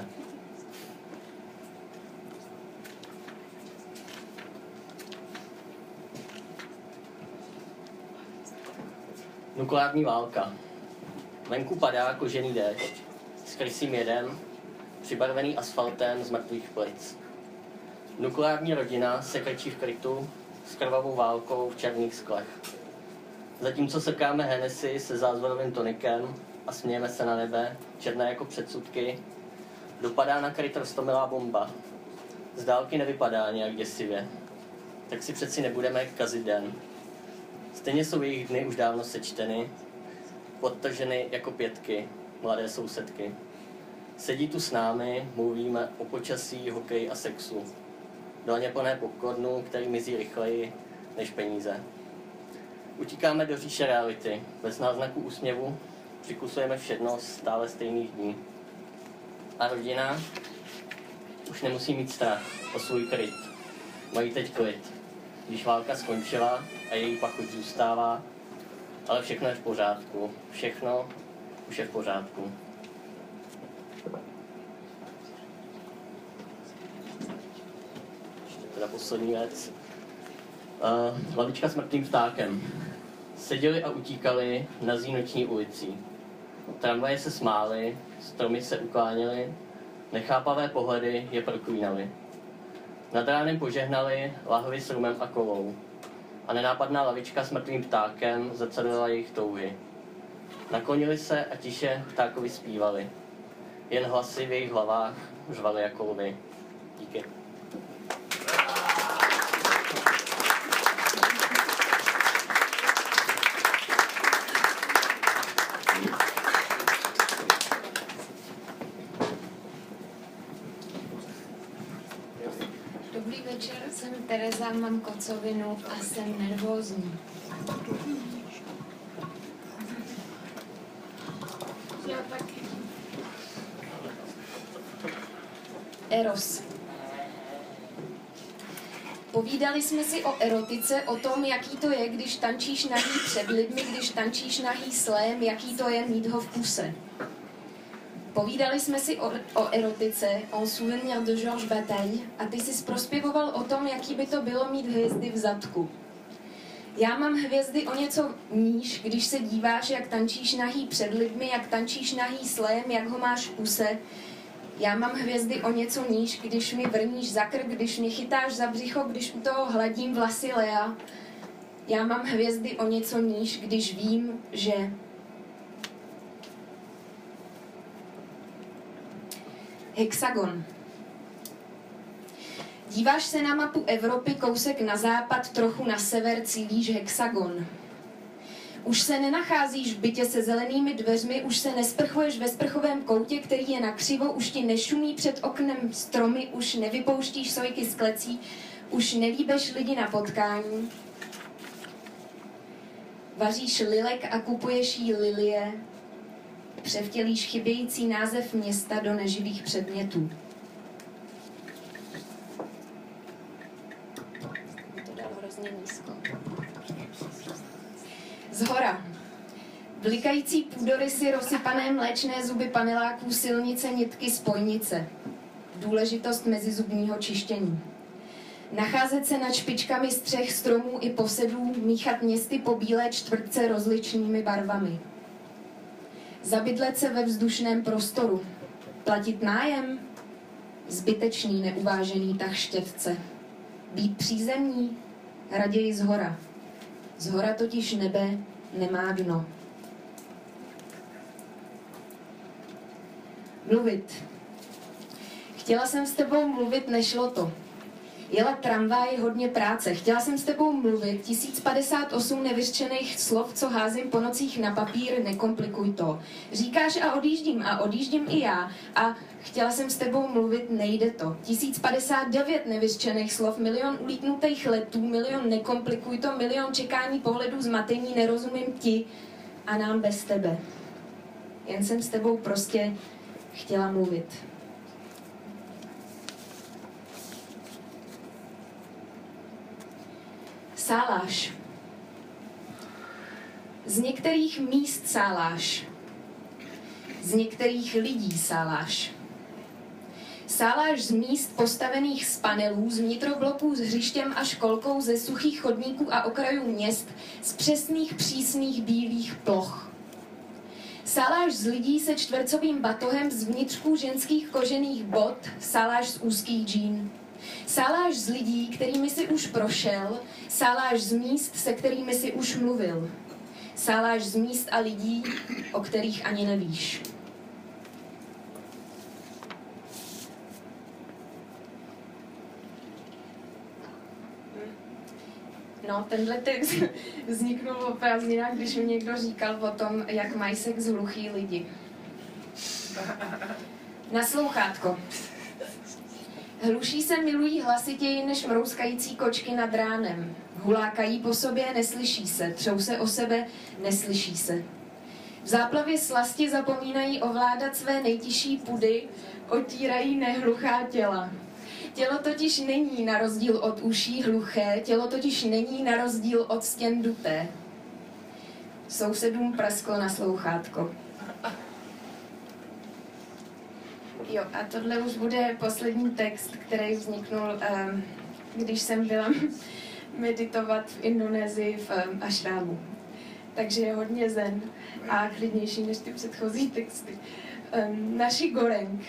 Nukleární válka. Venku padá kožený déšť, s krysím jedem, přibarvený asfaltem z mrtvých plic. Nukleární rodina se krčí v krytu s krvavou válkou v černých sklech. Zatímco sekáme Hennessy se zázvorovým tonikem a smějeme se na nebe, černé jako předsudky, Dopadá na kryt roztomilá bomba. Z dálky nevypadá nějak děsivě. Tak si přeci nebudeme kazit den. Stejně jsou jejich dny už dávno sečteny, podtrženy jako pětky, mladé sousedky. Sedí tu s námi, mluvíme o počasí, hokeji a sexu. Dolně plné popcornu, který mizí rychleji než peníze. Utíkáme do říše reality. Bez náznaku úsměvu přikusujeme všednost stále stejných dní. A rodina už nemusí mít strach o svůj kryt. Mají teď klid. Když válka skončila a její pachuť zůstává, ale všechno je v pořádku. Všechno už je v pořádku. Ještě teda poslední věc. Uh, lavička s mrtvým ptákem. Seděli a utíkali na zí noční ulicí. Tramvaje se smály, stromy se ukláněly, nechápavé pohledy je proklínaly. Nad ránem požehnali lahvi s rumem a kolou. A nenápadná lavička s mrtvým ptákem zrcadlila jejich touhy. Naklonili se a tiše ptákovi zpívali. Jen hlasy v jejich hlavách řvaly jako lvy. Díky. Dobrý večer, jsem Tereza, mám kocovinu a jsem nervózní. Já taky. Eros. Povídali jsme si o erotice, o tom, jaký to je, když tančíš nahý před lidmi, když tančíš nahý slém, jaký to je mít ho v kuse. Povídali jsme si o, o erotice, o souvenir de Georges Bataille, a ty jsi prospěvoval o tom, jaký by to bylo mít hvězdy v zadku. Já mám hvězdy o něco níž, když se díváš, jak tančíš nahý před lidmi, jak tančíš nahý slém, jak ho máš v kuse. Já mám hvězdy o něco níž, když mi vrníš za krk, když mě chytáš za břicho, když u toho hladím vlasy Lea. Já mám hvězdy o něco níž, když vím, že... Hexagon. Díváš se na mapu Evropy, kousek na západ, trochu na sever, cílíš hexagon. Už se nenacházíš v bytě se zelenými dveřmi, už se nesprchuješ ve sprchovém koutě, který je nakřivo, už ti nešumí před oknem stromy, už nevypouštíš sojky z klecí, už nelíbeš lidi na potkání. Vaříš lilek a kupuješ jí lilie, převtělíš chybějící název města do neživých předmětů. To dalo hrozně nízko. Zhora. Blikající půdorysy, rozsypané mléčné zuby paneláků, silnice, nitky, spojnice. Důležitost mezizubního čištění. Nacházet se nad špičkami střech stromů i posedů, míchat městy po bílé čtvrtce rozličnými barvami. Zabydlet se ve vzdušném prostoru. Platit nájem? Zbytečný neuvážený tah štětce. Být přízemní? Raději zhora. Zhora totiž nebe nemá dno. Mluvit. Chtěla jsem s tebou mluvit, nešlo to. Jela tramvaj, hodně práce. Chtěla jsem s tebou mluvit, tisíc padesát osm nevyřčených slov, co házím po nocích na papír, nekomplikuj to. Říkáš a odjíždím a odjíždím i já. A chtěla jsem s tebou mluvit, nejde to. tisíc padesát devět nevyřčených slov, milion ulítnutých letů, milion nekomplikuj to, milion čekání pohledů zmatení, nerozumím ti a nám bez tebe. Jen jsem s tebou prostě chtěla mluvit. Sáláš. Z některých míst sáláš. Z některých lidí sáláš. Sáláš z míst postavených z panelů, z vnitrobloků s hřištěm a školkou, ze suchých chodníků a okrajů měst, z přesných přísných bílých ploch. Sáláš z lidí se čtvercovým batohem, z vnitřků ženských kožených bot, sáláš z úzkých džín. Sáláš z lidí, kterými jsi už prošel, sáláš z míst, se kterými jsi už mluvil. Sáláš z míst a lidí, o kterých ani nevíš. No, tenhle text vzniknul o prázdninách, když mi někdo říkal o tom, jak mají sex hluchý lidi. Naslouchátko. Hluší se milují hlasitěji než mrouskající kočky nad ránem. Hulákají po sobě, neslyší se. Třou se o sebe, neslyší se. V záplavě slasti zapomínají ovládat své nejtižší pudy, otírají nehluchá těla. Tělo totiž není na rozdíl od uší hluché, tělo totiž není na rozdíl od stěn duté. Sousedům prasklo naslouchátko. Jo, a tohle už bude poslední text, který vzniknul, um, když jsem byla meditovat v Indonésii v um, ašrámu. Takže je hodně zen a klidnější než ty předchozí texty. Um, naši goreng.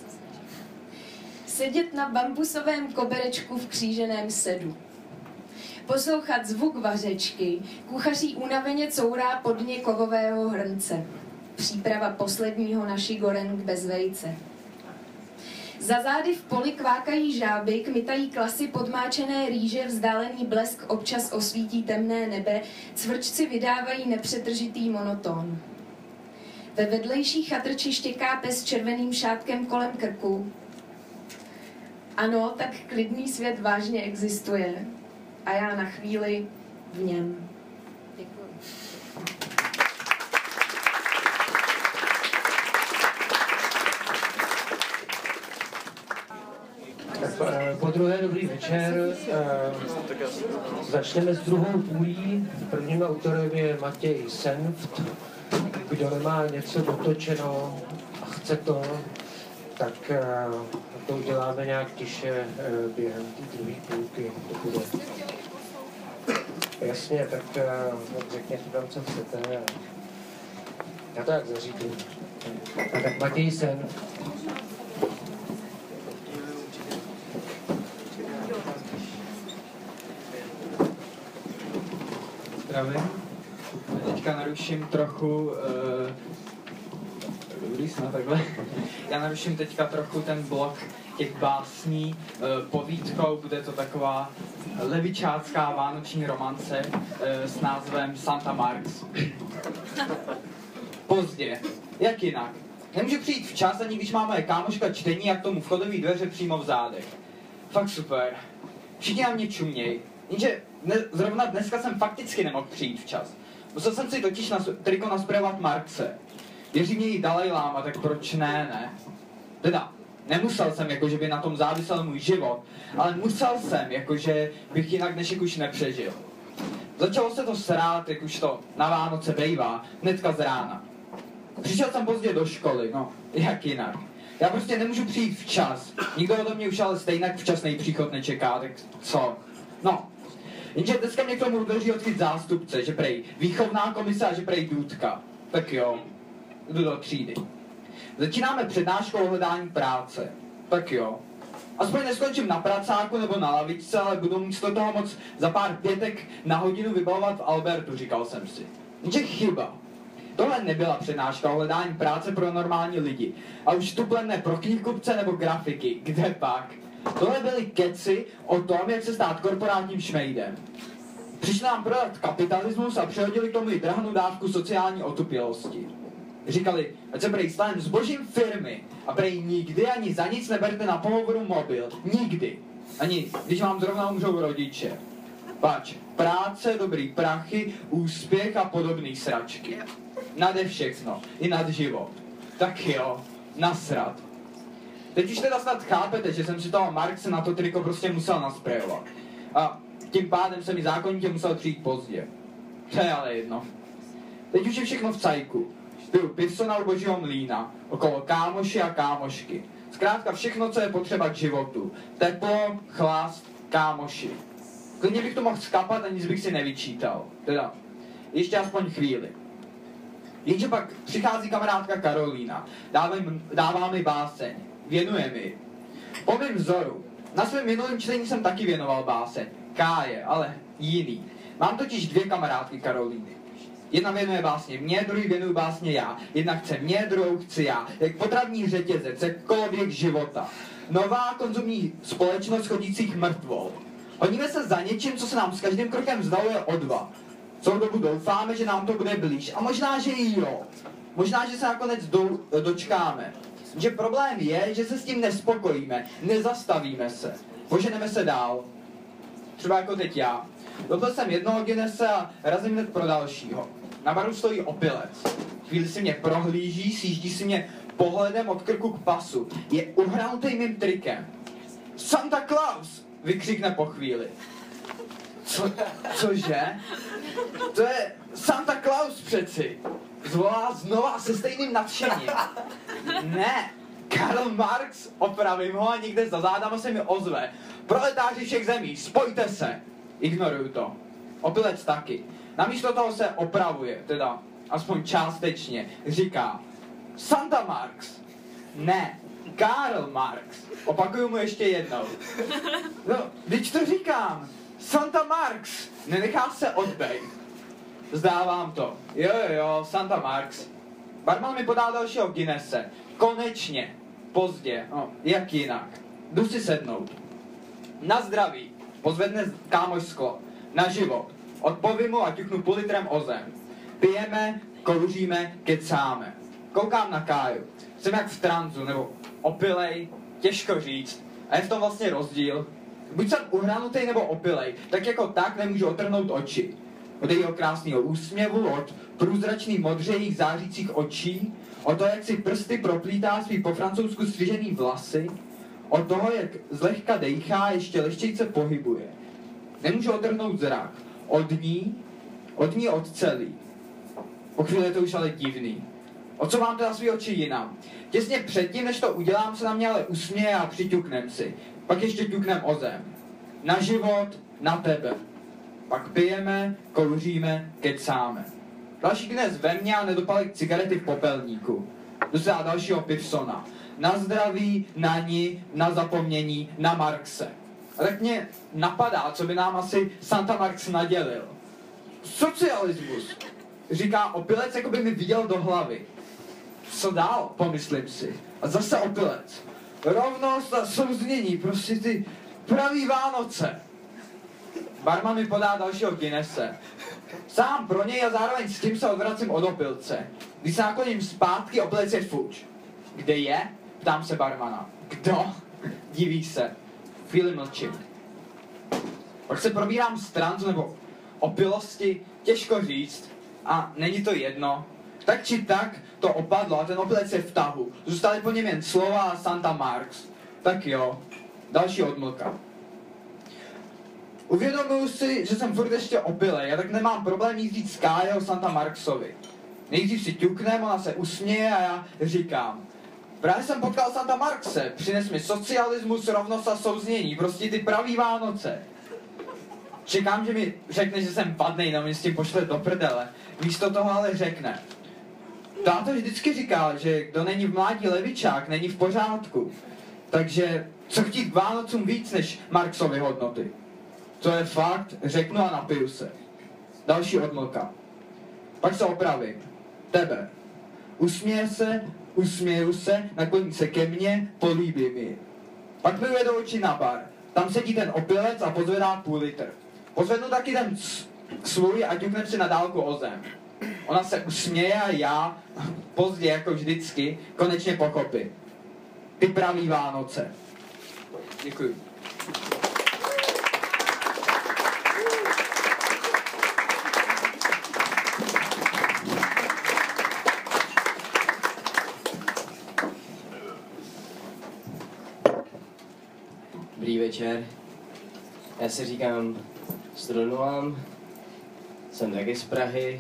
Sedět na bambusovém koberečku v kříženém sedu. Poslouchat zvuk vařečky, kuchaří únaveně courá po dně kovového hrnce. Příprava posledního naši goreng bez vejce. Za zády v poli kvákají žáby, kmitají klasy podmáčené rýže, vzdálený blesk občas osvítí temné nebe, cvrčci vydávají nepřetržitý monoton. Ve vedlejší chatrči štěká pes červeným šátkem kolem krku. Ano, tak klidný svět vážně existuje a já na chvíli v něm. Děkuji. Po druhé dobrý večer. Začneme s druhou půlí. Prvním autorem je Matěj Senft. Kdo nemá něco dotočeno a chce to, tak to uděláme nějak tiše během té druhé půlky. Jasně, tak řekněte tam, co chcete. Já to jak zařídím. A tak Matěj Senft. Zdravím. Teďka naruším trochu, uh, dobrý snad takhle, já naruším teďka trochu ten blok těch básní uh, povídkou, bude to taková levičácká vánoční romance uh, s názvem Santa Marx. Pozdě, jak jinak? Nemůžu přijít včas, ani když máme kámoška čtení, jak tomu vchodový dveře přímo v zádech. Fakt super. Všichni na mě čuměj. Jenže ne, zrovna dneska jsem fakticky nemohl přijít včas. Musel jsem si totiž na triko nasprejovat Marxe. Věří mě jí Dalaj Lama, tak proč ne, ne? Teda, nemusel jsem, jakože by na tom závisel můj život, ale musel jsem, jakože bych jinak dnešek už nepřežil. Začalo se to srát, jak už to na Vánoce bejvá, hnedka z rána. Přišel jsem pozdě do školy, no, jak jinak. Já prostě nemůžu přijít včas. Nikdo ode mě už ale stejnak včasný příchod nečeká, tak co? No, jenže dneska mě k tomu udrží odchyt zástupce, že prej výchovná komise a že prej důdka. Tak jo, jdu do třídy. Začínáme přednáškou o hledání práce. Tak jo. Aspoň neskončím na pracáku nebo na lavičce, ale budu místo toho moc za pár pětek na hodinu vybavovat v Albertu, říkal jsem si. Jenže chyba. Tohle nebyla přednáška o hledání práce pro normální lidi. A už tuple ne pro knihkupce nebo grafiky. Kde pak? Tohle byly keci o tom, jak se stát korporátním šmejdem. Přišli nám prodat kapitalismus a přehodili k tomu i drahnou dávku sociální otupělosti. Říkali, ať se prej stanem zbožím firmy a prej nikdy ani za nic neberte na pohovoru mobil. Nikdy. Ani když vám zrovna umřou rodiče. Pač, práce, dobrý prachy, úspěch a podobný sračky. Nade všechno. I nad život. Tak jo, nasrat. Teď už teda snad chápete, že jsem si toho Marxe na to triko prostě musel nasprejovat. A tím pádem jsem mi zákonitě musel přijít pozdě. To je ale jedno. Teď už je všechno v cajku. Piju pivsona u Božího mlýna. Okolo kámoši a kámošky. Zkrátka všechno, co je potřeba k životu. Teplo, chlast, kámoši. Klidně bych to mohl skapat a nic bych si nevyčítal. Teda, ještě aspoň chvíli. Jenže pak přichází kamarádka Karolína. Dává, dává mi báseň. Věnuje mi. Po mém vzoru. Na svém minulém čtení jsem taky věnoval báseň. Káje, ale jiný. Mám totiž dvě kamarádky Karolíny. Jedna věnuje básně mě, druhý věnuju básně já. Jedna chce mě, druhou chci já. Jak potravní řetězec, jak koloběh života. Nová konzumní společnost chodících mrtvol. Honíme se za něčím, co se nám s každým krokem vzdaluje o dva. Celou dobu doufáme, že nám to bude blíž. A možná, že i jo. Možná, že se nakonec do, dočkáme. Že problém je, že se s tím nespokojíme, nezastavíme se, poženeme se dál. Třeba jako teď já. Dopil jsem jednoho Guinnesse a razím hned pro dalšího. Na baru stojí opilec. Chvíli si mě prohlíží, sjíždí si mě pohledem od krku k pasu. Je uhranutý mým trikem. Santa Claus! Vykřikne po chvíli. Co, cože? To je Santa Claus přeci. Zvolá znova se stejným nadšením. Ne, Karl Marx, opravím ho a někde za zádama se mi ozve. Proletáři všech zemí, spojte se. Ignoruju to. Opilec taky. Namísto toho se opravuje, teda aspoň částečně. Říká, Santa Marx. Ne, Karl Marx. Opakuju mu ještě jednou. No, teď to říkám. Santa Marx. Nenechá se odbejt. Zdávám to. Jo, jo, jo, Santa Marx. Barman mi podá dalšího Guinnesse. Konečně. Pozdě. No, jak jinak. Jdu si sednout. Na zdraví. Pozvedne kámoš sklo. Na život. Odpovím mu a ťuknu půl litrem o zem. Pijeme, kouříme, kecáme. Koukám na Káju. Jsem jak v tranzu, nebo opilej, těžko říct. A je v tom vlastně rozdíl. Buď jsem uhranutý nebo opilej, tak jako tak nemůžu otrhnout oči. Od jejího krásného úsměvu, od průzračných modřejích zářících očí, od toho, jak si prsty proplítá svý po francouzsku střižený vlasy, od toho, jak zlehka dejchá, ještě lehčejce pohybuje. Nemůžu otrhnout zrak. Od ní, od ní od celý. Po chvíli je to už ale divný. O co mám teda svý oči jinam? Těsně předtím, než to udělám, se na mě ale usměje a přiťuknem si. Pak ještě ťuknem o zem. Na život, na tebe. Pak pijeme, kouříme, kecáme. Další dnes ve mně a nedopalek cigarety v popelníku. Dosá dalšího Pivsona. Na zdraví, na ní, na zapomnění, na Marxe. A tak mě napadá, co by nám asi Santa Marx nadělil. Socialismus. Říká opilec, jako by mi viděl do hlavy. Co dál, pomyslím si. A zase opilec. Rovnost a souznění, prostě ty pravý Vánoce. Barman mi podá dalšího Guinnesse. Sám pro něj a zároveň s tím se odvracím od opilce. Když se nakloním zpátky, opilec je fuč. Kde je? Ptám se barmana. Kdo? Diví se. Chvíli mlčím. Pak se probírám z tranzu nebo opilosti, těžko říct. A není to jedno. Tak či tak to opadlo a ten opilec je v tahu. Zůstaly po něm jen slova a Santa Marx. Tak jo. Další odmlka. Uvědomuji si, že jsem furt ještě opilej, a tak nemám problém jít říct Káje o Santa Marxovi. Nejdřív si ťuknem, ona se usměje a já říkám. Právě jsem potkal Santa Marxe, přines mi socialismus, rovnost a souznění, prostě ty pravý Vánoce. Čekám, že mi řekne, že jsem padnej, no mě s tím pošle do prdele. Místo toho ale řekne. Táto vždycky říkal, že kdo není v mládí levičák, není v pořádku. Takže co chtít k Vánocům víc než Marxovy hodnoty? To je fakt, řeknu a napiju se. Další odmlka. Pak se opravím. Tebe. Usměje se, usměju se, nakloní se ke mně, políbím ji. Pak mi uvedou oči na bar. Tam sedí ten opilec a pozvedá půl litr. Pozvednu taky ten svůj a ťuknem si na dálku o zem. Ona se usměje a já, pozdě jako vždycky, konečně pochopím. Ty pravý Vánoce. Děkuji. Dobrý večer. Já se říkám Strunuám, jsem taky z Prahy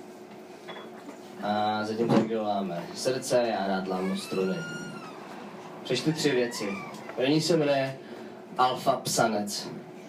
a zatím tak děláme srdce, já rád lámu struny. Přečtu tři věci. První se jmenuje Alfa Psanec.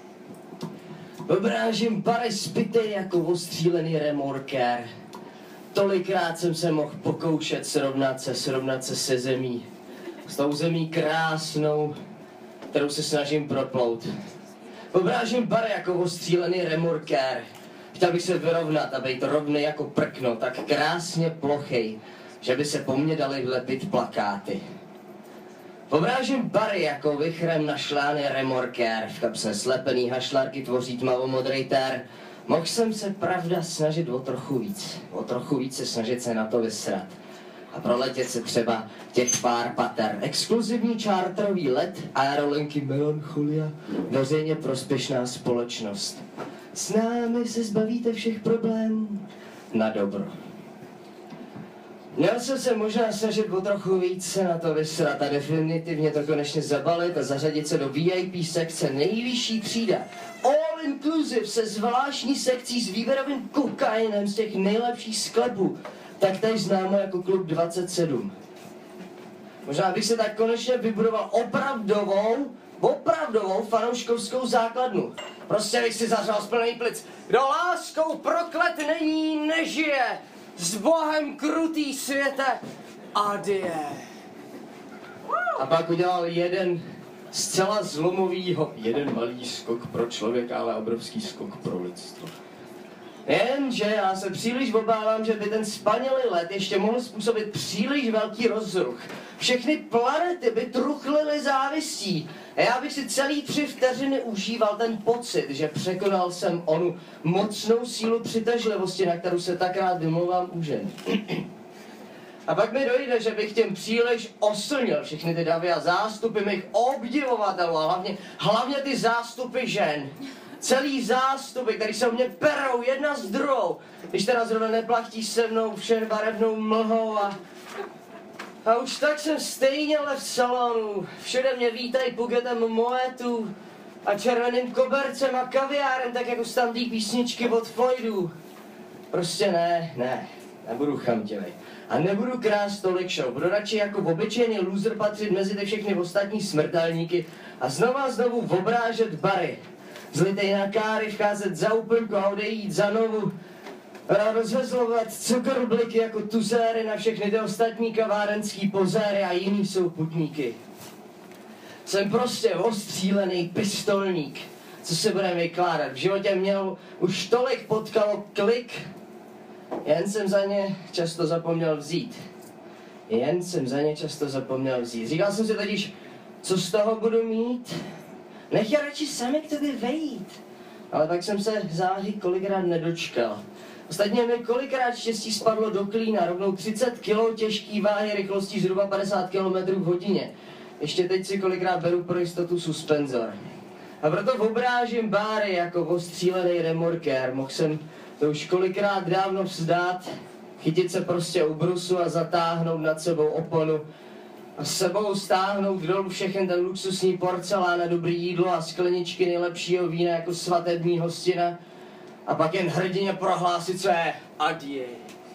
Obrážím pare spitej jako ostřílený remorkér. Tolikrát jsem se mohl pokoušet srovnat se, srovnat se se zemí. S tou zemí krásnou, kterou se snažím proplout. Obrážím bar jako ostřílený remorkér. Chtěl bych se vyrovnat a být rovný jako prkno, tak krásně plochej, že by se po mně dali vlepit plakáty. Obrážím Barry jako vichrem našlány remorkér, v kapse slepený hašlarky tvoří tmavomodrý tér. Mohl jsem se, pravda, snažit o trochu víc, o trochu víc se snažit se na to vysrat. A proletět se třeba těch pár pater. Exkluzivní čártrový let, aerolinky Melancholia, veřejně prospěšná společnost. S námi se zbavíte všech problémů na dobro. Měl jsem se možná snažit o trochu víc se na to vysrat a definitivně to konečně zabalit a zařadit se do V I P sekce nejvyšší třída. All inclusive se zvláštní sekcí s výběrovým kokainem z těch nejlepších sklepů. Tak tady známo jako klub dvacet sedm. Možná bych se tak konečně vybudoval opravdovou, opravdovou fanouškovskou základnu. Prostě bych si zařval z plný plic. Kdo láskou proklet není, nežije. S Bohem krutý světe, adie. A pak udělal jeden zcela zlomovýho, jeden malý skok pro člověka, ale obrovský skok pro lidstvo. Jenže já se příliš obávám, že by ten spanilý let ještě mohl způsobit příliš velký rozruch. Všechny planety by truchlily závistí. A já bych si celý tři vteřiny užíval ten pocit, že překonal jsem onu mocnou sílu přitažlivosti, na kterou se tak rád vymlouvám u žen. A pak mi dojde, že bych těm příliš oslnil všechny ty davy a zástupy mých obdivovatelů a hlavně, hlavně ty zástupy žen. Celý zástupy, který se o mě perou jedna s druhou, když teda zrovna neplachtí se mnou všem barevnou mlhou a... A už tak jsem stejně ale v salonu, všude mě vítají buketem moetů a červeným kobercem a kaviárem, tak jako z tam té písničky od Floydů. Prostě ne, ne, nebudu chamtivej. A nebudu krást tolik show, budu radši jako obyčejný loser patřit mezi ty všechny ostatní smrtelníky a znova znovu obrážet Barry. Zlitej na káry, vcházet za úplnku a odejít za novu. Rozhezlovat cukrbliky jako tuzéry na všechny ty ostatní kavárenský pozéry a jiný souputníky. Jsem prostě ostřílený pistolník, co se budeme vykládat. V životě měl už tolik potkalo klik, jen jsem za ně často zapomněl vzít. Jen jsem za ně často zapomněl vzít. Říkal jsem si totiž, co z toho budu mít? Nech je radši sami k tobě vejít. Ale tak jsem se záhy kolikrát nedočkal. Ostatně mi kolikrát štěstí spadlo do klína, rovnou třicet kilo těžký váhy rychlostí zhruba padesát kilometrů v hodině. Ještě teď si kolikrát beru pro jistotu suspenzor. A proto obrážím Barry jako ostřílený remorkér. Mohl jsem to už kolikrát dávno vzdát, chytit se prostě u brusu a zatáhnout nad sebou oponu a s sebou stáhnout dolů všechen ten luxusní porcelán a dobrý jídlo a skleničky nejlepšího vína jako svatební hostina a pak jen hrdině prohlásit své adie.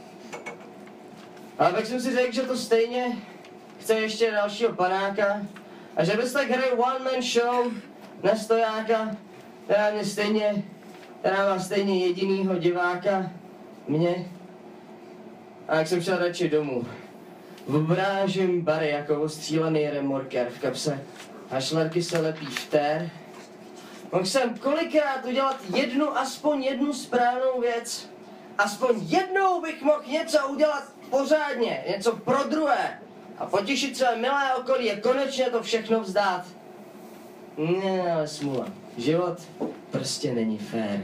Ale pak jsem si řekl, že to stejně chce ještě dalšího panáka a že bys tak hraje one man show na stojáka, která mě stejně, která má stejně jedinýho diváka, mě. A jak jsem šel radši domů. Obrážím Barry jako ostřílený remorker v kapse a šlerky se lepí vtér. Mohl jsem kolikrát udělat jednu, aspoň jednu správnou věc. Aspoň jednou bych mohl něco udělat pořádně, něco pro druhé. A potěšit své milé okolí a konečně to všechno vzdát. Ne, ale smůla. Život prostě není fér.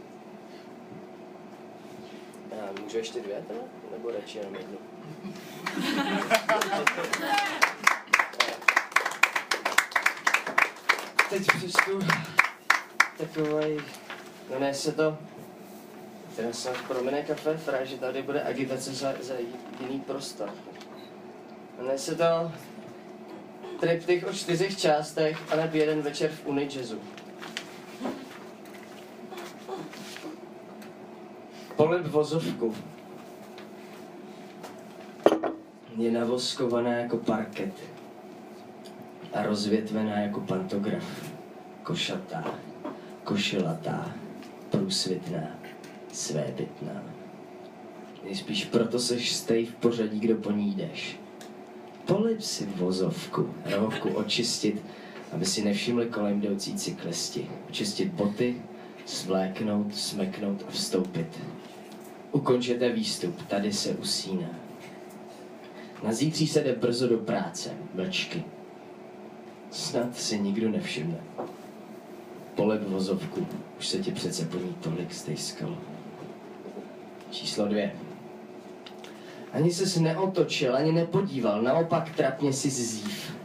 Já můžu ještě dvě, teda? Nebo radši jenom jednu? Teď přečtu takovej, jmenuje se to, teda jsem v Promene Café Fra, že tady bude agitace za, za jiný prostor. Jmenuje se to triptych o čtyřech částech a neb jeden večer v Unijazzu. Polib vozovku. Je navoskovaná jako parket a rozvětvená jako pantograf. Košatá, košilatá, průsvitná, svébytná. Nejspíš proto seš stej v pořadí, kdo po ní jdeš. Polib si vozovku, rohovku očistit, aby si nevšimli kolem jdoucí cyklisti. Očistit boty, svléknout, smeknout a vstoupit. Ukončete výstup, tady se usíná. Na zítří se jde brzo do práce, mlčky. Snad si nikdo nevšimne. Polep vozovku, už se ti přece po ní tolik stejskalo. Číslo dvě. Ani ses neotočil, ani nepodíval, naopak trapně si zív.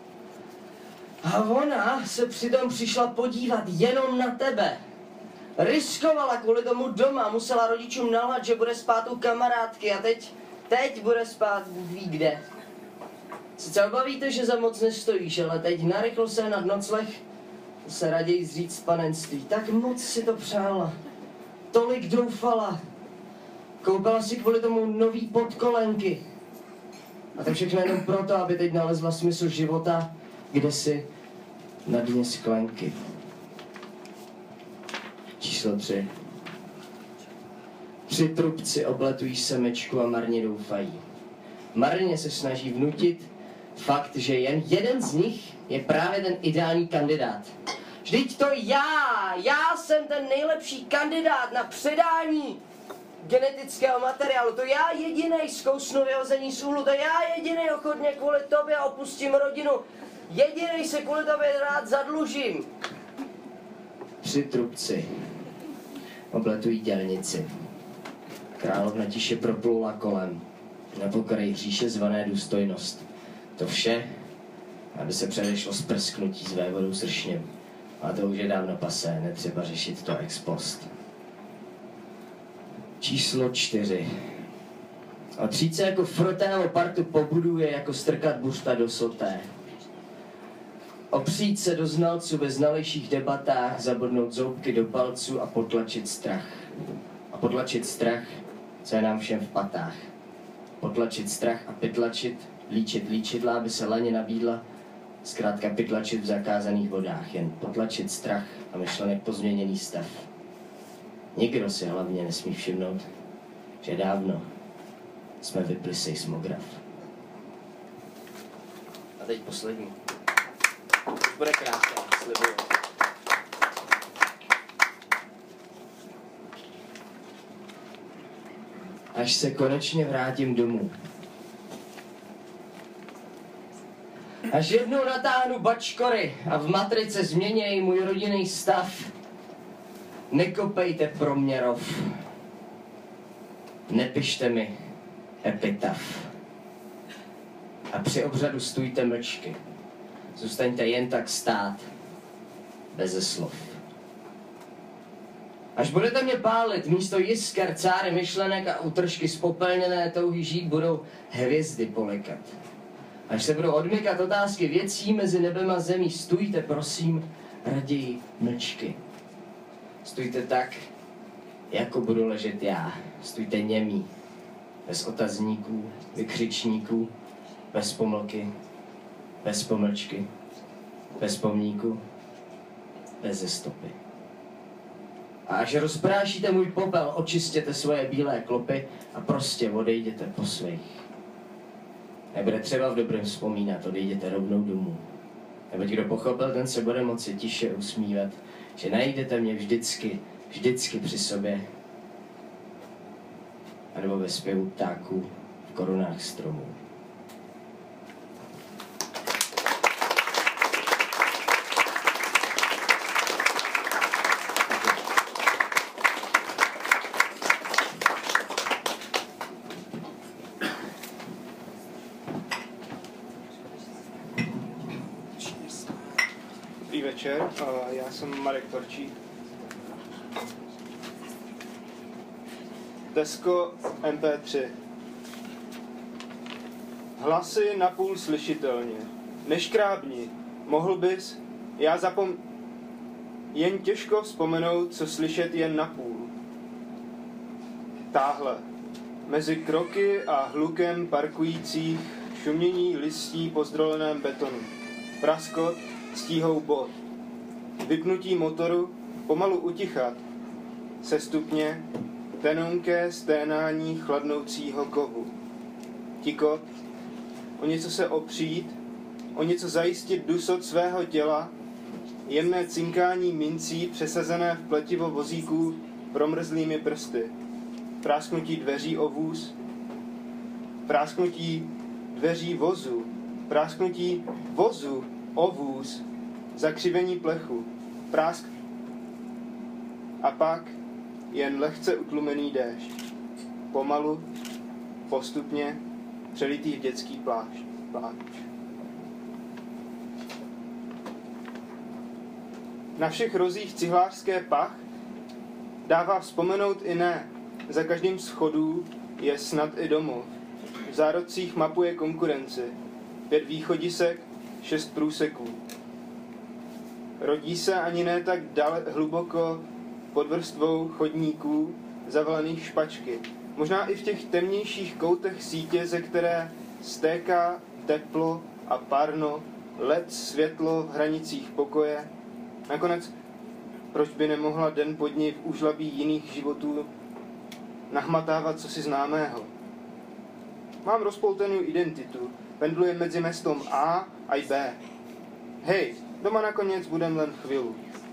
A ona se přitom přišla podívat jenom na tebe. Riskovala kvůli tomu doma, musela rodičům nalhat, že bude spát u kamarádky a teď, teď bude spát Bůh ví kde. Sice obavíte, že za moc nestojíš, ale teď narychlo se nad nocleh se raději zříct panenství. Tak moc si to přála, tolik doufala. Koupila si kvůli tomu nový podkolenky. A to všechno jenom proto, aby teď nalezla smysl života, kde si na dně sklenky. Číslo tři. Tři trubci obletují semečku a marně doufají. Marně se snaží vnutit fakt, že jen jeden z nich je právě ten ideální kandidát. Vždyť to já, já jsem ten nejlepší kandidát na předání genetického materiálu. To já jedinej zkousnu vyhození z úhlu, to já jedinej ochotně kvůli tobě opustím rodinu. Jedinej se kvůli tobě rád zadlužím. Tři trubci obletují dělnici. Královna tiše proplula kolem. Na pokraji říše zvané důstojnost. To vše, aby se předešlo sprsknutí s vévodou sršněm. A to už je dávno pasé, netřeba řešit to ex post. Číslo čtyři. Otřít se jako frotého partu pobuduje jako strkat buřta do soté. Opřít se do znalců ve znalejších debatách, zabodnout zoubky do palců a potlačit strach. A potlačit strach, co je nám všem v patách. Potlačit strach a pytlačit, líčit líčidla, aby se laně nabídla, zkrátka pytlačit v zakázaných vodách, jen potlačit strach a myšlenek pozměněný stav. Nikdo si hlavně nesmí všimnout, že dávno jsme vypli seismograf. A teď poslední. Bude krásná, slibuju. Až se konečně vrátím domů. Až jednou natáhnu bačkory a v matrice změněj můj rodinný stav. Nekopejte proměrov. Nepište mi epitaf. A při obřadu stůjte mlčky. Zůstaňte jen tak stát, beze slov. Až budete mě pálit, místo jisker, cáry myšlenek a útržky spopelněné touhy žít budou hvězdy polekat. Až se budou odmykat otázky věcí mezi nebem a zemí, stůjte, prosím, raději mlčky. Stůjte tak, jako budu ležet já. Stůjte němí, bez otazníků, vykřičníků, bez pomlky, bez pomlčky, bez pomníku, bez stopy. A až rozprášíte můj popel, očistěte svoje bílé klopy a prostě odejděte po svých. Nebude třeba v dobrém vzpomínat, odejděte rovnou domů. Neboť kdo pochopil, ten se bude moci tiše usmívat, že najdete mě vždycky, vždycky při sobě. A nebo ve zpěvu ptáků v korunách stromů. Dobrý večer, já jsem Marek Torčík. Tesco em pé tři. Hlasy napůl slyšitelně. Neškrábni, mohl bys, já zapom... Jen těžko vzpomenout, co slyšet jen napůl. Táhle. Mezi kroky a hlukem parkujících šumění listí po zdroleném betonu. Praskot stíhou bod. Vypnutí motoru, pomalu utichat. Sestupně tenonké sténání chladnoucího kovu. Tikot, o něco se opřít, o něco zajistit dusot svého těla, jemné cinkání mincí přesazené v pletivo vozíků promrzlými prsty. Prásknutí dveří o vůz, prásknutí dveří vozu, prásknutí vozu O vůz, zakřivení plechu, prásk a pak jen lehce utlumený déšť. Pomalu, postupně, přelitý v dětský plášť. pláč. Na všech rozích cihlářské pach dává vzpomenout i ne. Za každým schodů je snad i domov. V zárodcích mapuje konkurenci. Pět východisek, šest průseků. Rodí se ani ne tak dale, hluboko pod vrstvou chodníků zavalených špačky. Možná i v těch temnějších koutech sítě, ze které stéká teplo a párno, led světlo v hranicích pokoje. Nakonec, proč by nemohla den pod ní v úžlabí jiných životů nahmatávat cosi známého? Mám rozpoltenou identitu, pendluje mezi městem A a i B. Hej, doma nakonec budem len chvíli.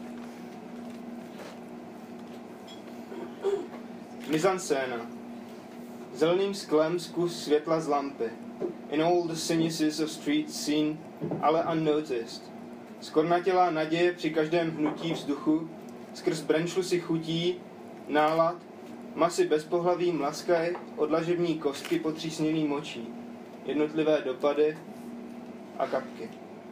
Mizanscéna. Zeleným sklem zkus světla z lampy. In all the sinuses of street seen, ale unnoticed. Skornatělá naděje při každém hnutí vzduchu, skrz brnčlu si chutí, nálad, masy bezpohlaví mlaskaj, odlažební kostky potřísněný močí, jednotlivé dopady a kapky.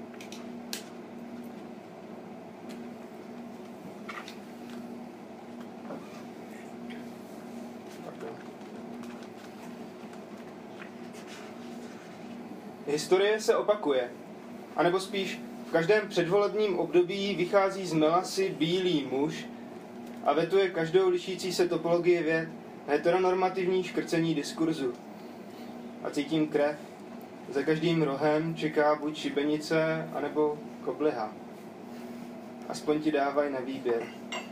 Historie se opakuje, anebo spíš v každém předvolebním období vychází z melasy bílý muž a vetuje každou lišící se topologii věd, heteronormativní škrcení diskurzu. A cítím krev. Za každým rohem čeká buď šibenice, anebo kobliha. Aspoň ti dávaj na výběr.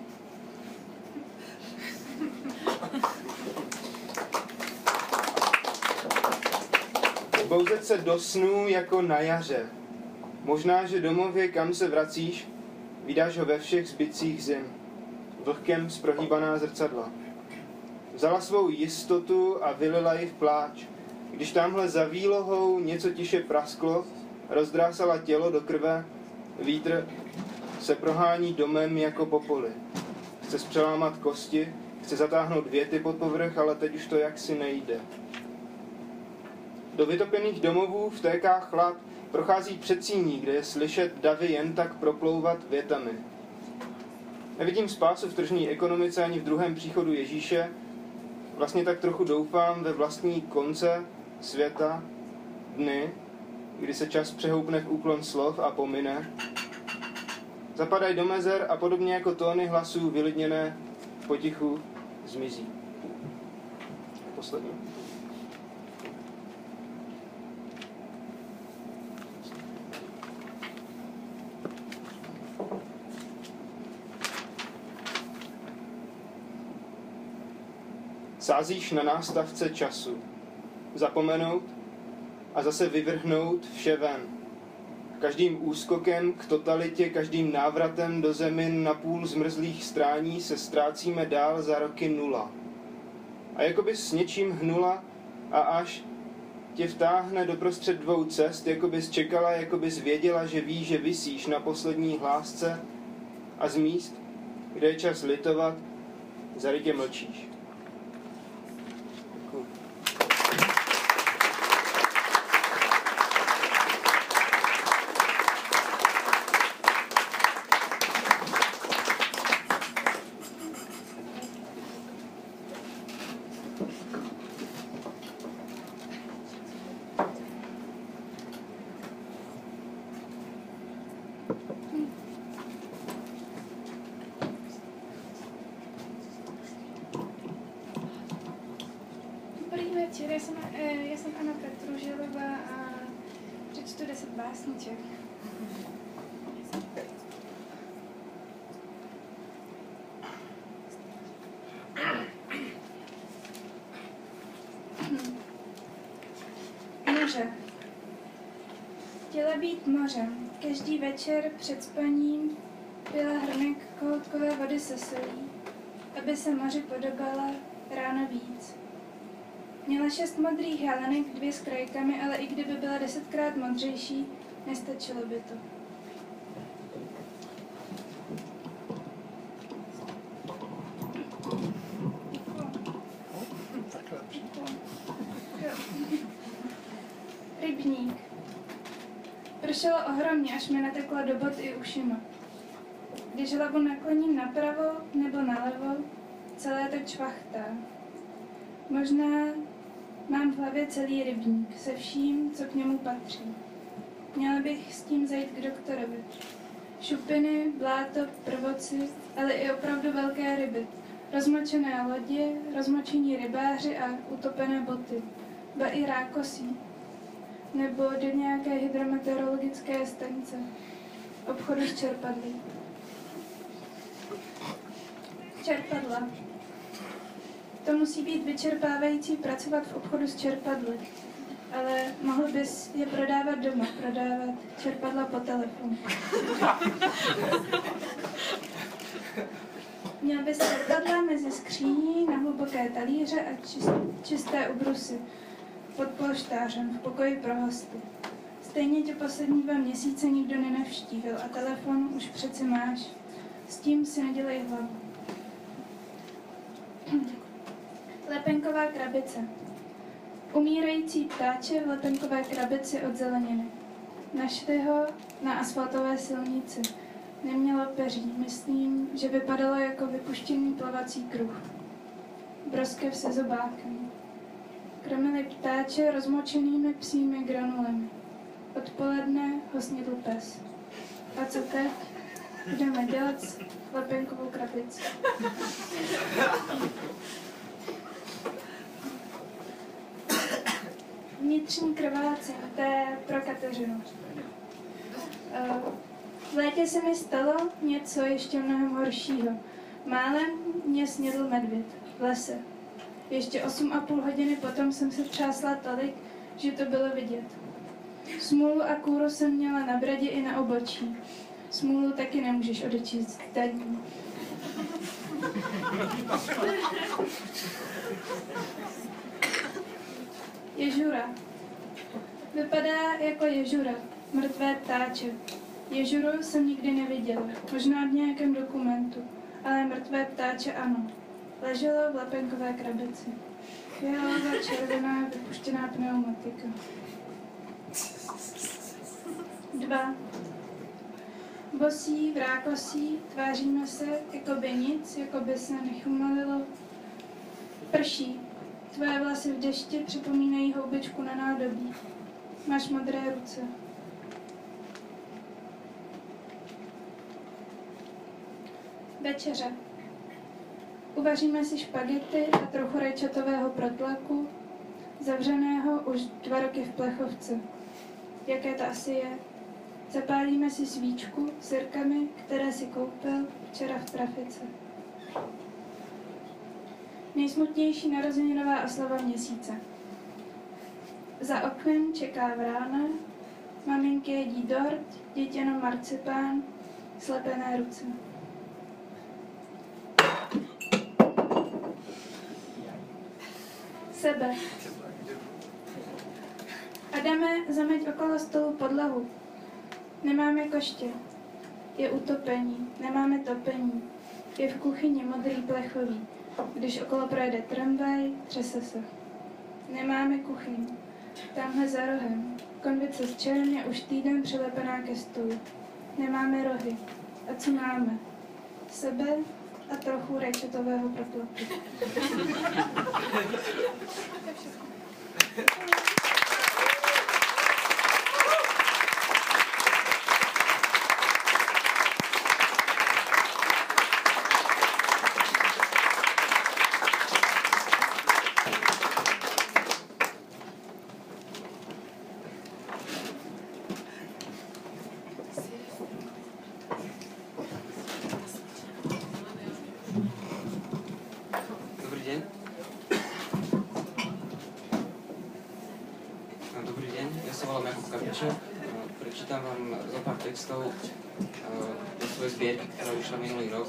Bouzet se do snů jako na jaře. Možná, že domově, kam se vracíš, vydáš ho ve všech zbytcích zim. Vlhkem zprohýbaná zrcadla. Vzala svou jistotu a vylila ji v pláč. Když tamhle za výlohou něco tiše prasklo, rozdrásala tělo do krve, vítr se prohání domem jako po poli. Chce zpřelámat kosti, chce zatáhnout věty pod povrch, ale teď už to jaksi nejde. Do vytopených domovů vtéká chlad, prochází předsíní, kde je slyšet davy jen tak proplouvat větami. Nevidím spásu v tržní ekonomice ani v druhém příchodu Ježíše. Vlastně tak trochu doufám ve vlastní konce světa, dny, kdy se čas přehoupne v úklon slov a pomine. Zapadají do mezer a podobně jako tóny hlasů vylidněné potichu zmizí. Poslední. Sázíš na nástavce času. Zapomenout a zase vyvrhnout vše ven. Každým úskokem k totalitě, každým návratem do zemin napůl zmrzlých strání se ztrácíme dál za roky nula. A jakoby s něčím hnula a až tě vtáhne doprostřed dvou cest, jakobys čekala, jakobys věděla, že ví, že visíš na poslední hlásce a z míst, kde je čas litovat, zarytě mlčíš. Včera jsem, já jsem Anna Petruželová a přečtu deset básniček. Moře. Chtěla být mořem. Každý večer před spaním pila hrnek kohoutkové vody se solí, aby se moři podobala ráno víc. Měla šest modrých helenek, dvě s krajkami, ale i kdyby byla desetkrát modřejší, nestačilo by to. Pršelo ohromně, až mi nateklo do bot i ušima. Když hlavu nakloním napravo nebo nalevo, celé to čvachtá. Možná mám v hlavě celý rybník se vším, co k němu patří. Měla bych s tím zajít k doktorovi. Šupiny, bláto, prvoci, ale i opravdu velké ryby. Rozmočené lodě, rozmočení rybáři a utopené boty. Ba i rákosí. Nebo do nějaké hydrometeorologické stanice. Obchodu s čerpadly. Čerpadla. To musí být vyčerpávající pracovat v obchodu s čerpadly. Ale mohl bys je prodávat doma, prodávat čerpadla po telefonu. Měl bys čerpadla mezi skříní na hluboké talíře a čisté ubrusy pod polštářem v pokoji pro hosty. Stejně tě poslední dva měsíce nikdo nenavštívil a telefon už přeci máš. S tím si nedělej hlavu. Lepenková krabice. Umírající ptáče v lepenkové krabici od zeleniny. Našli ho na asfaltové silnici. Nemělo peří. Myslím, že vypadalo jako vypuštěný plavací kruh. Broskev se zobákem. Krmili ptáče rozmočenými psími granulemi. Odpoledne ho snědl pes. A co teď? Budeme dělat lepenkovou krabici. Vnitřní krvácení, to je pro Kateřinu. V létě se mi stalo něco ještě mnohem horšího. Málem mě snědl medvěd v lese. Ještě osm a půl hodiny potom jsem se třásla tolik, že to bylo vidět. Smůlu a kůru jsem měla na bradě i na obočí. Smůlu taky nemůžeš odečíst daní. Ježura. Vypadá jako ježura, mrtvé ptáče. Ježuru jsem nikdy neviděla, možná v nějakém dokumentu, ale mrtvé ptáče ano. Leželo v lepenkové krabici. Fialová červená vypuštěná pneumatika. Dva. Bosí, vrákosí, tváříme se, jako by nic, jako by se nechumelilo. Prší. Tvoje vlasy v dešti připomínají houbičku na nádobí. Máš modré ruce. Večeře. Uvaříme si špagety a trochu rajčatového protlaku, zavřeného už dva roky v plechovce. Jaké to asi je? Zapálíme si svíčku s sirkami, které si koupil včera v trafice. Nejsmutnější narozeninová oslava měsíce. Za oknem čeká vrána, maminky jedí dort, děti jenom marcipán, slepené ruce. Sebe. Adame, zameď okolo stolu podlahu. Nemáme koště. Je utopení. Nemáme topení. Je v kuchyni modrý plechový. Když okolo projede tramvaj, třese se. Nemáme kuchyň. Tamhle za rohem. Konvice s čelem je už týden přilepená ke stolu. Nemáme rohy. A co máme? Sebe a trochu rajčatového protlaku. Prečítam vám zo pár textov do svojej zbierky, ktorá vyšla minulý rok.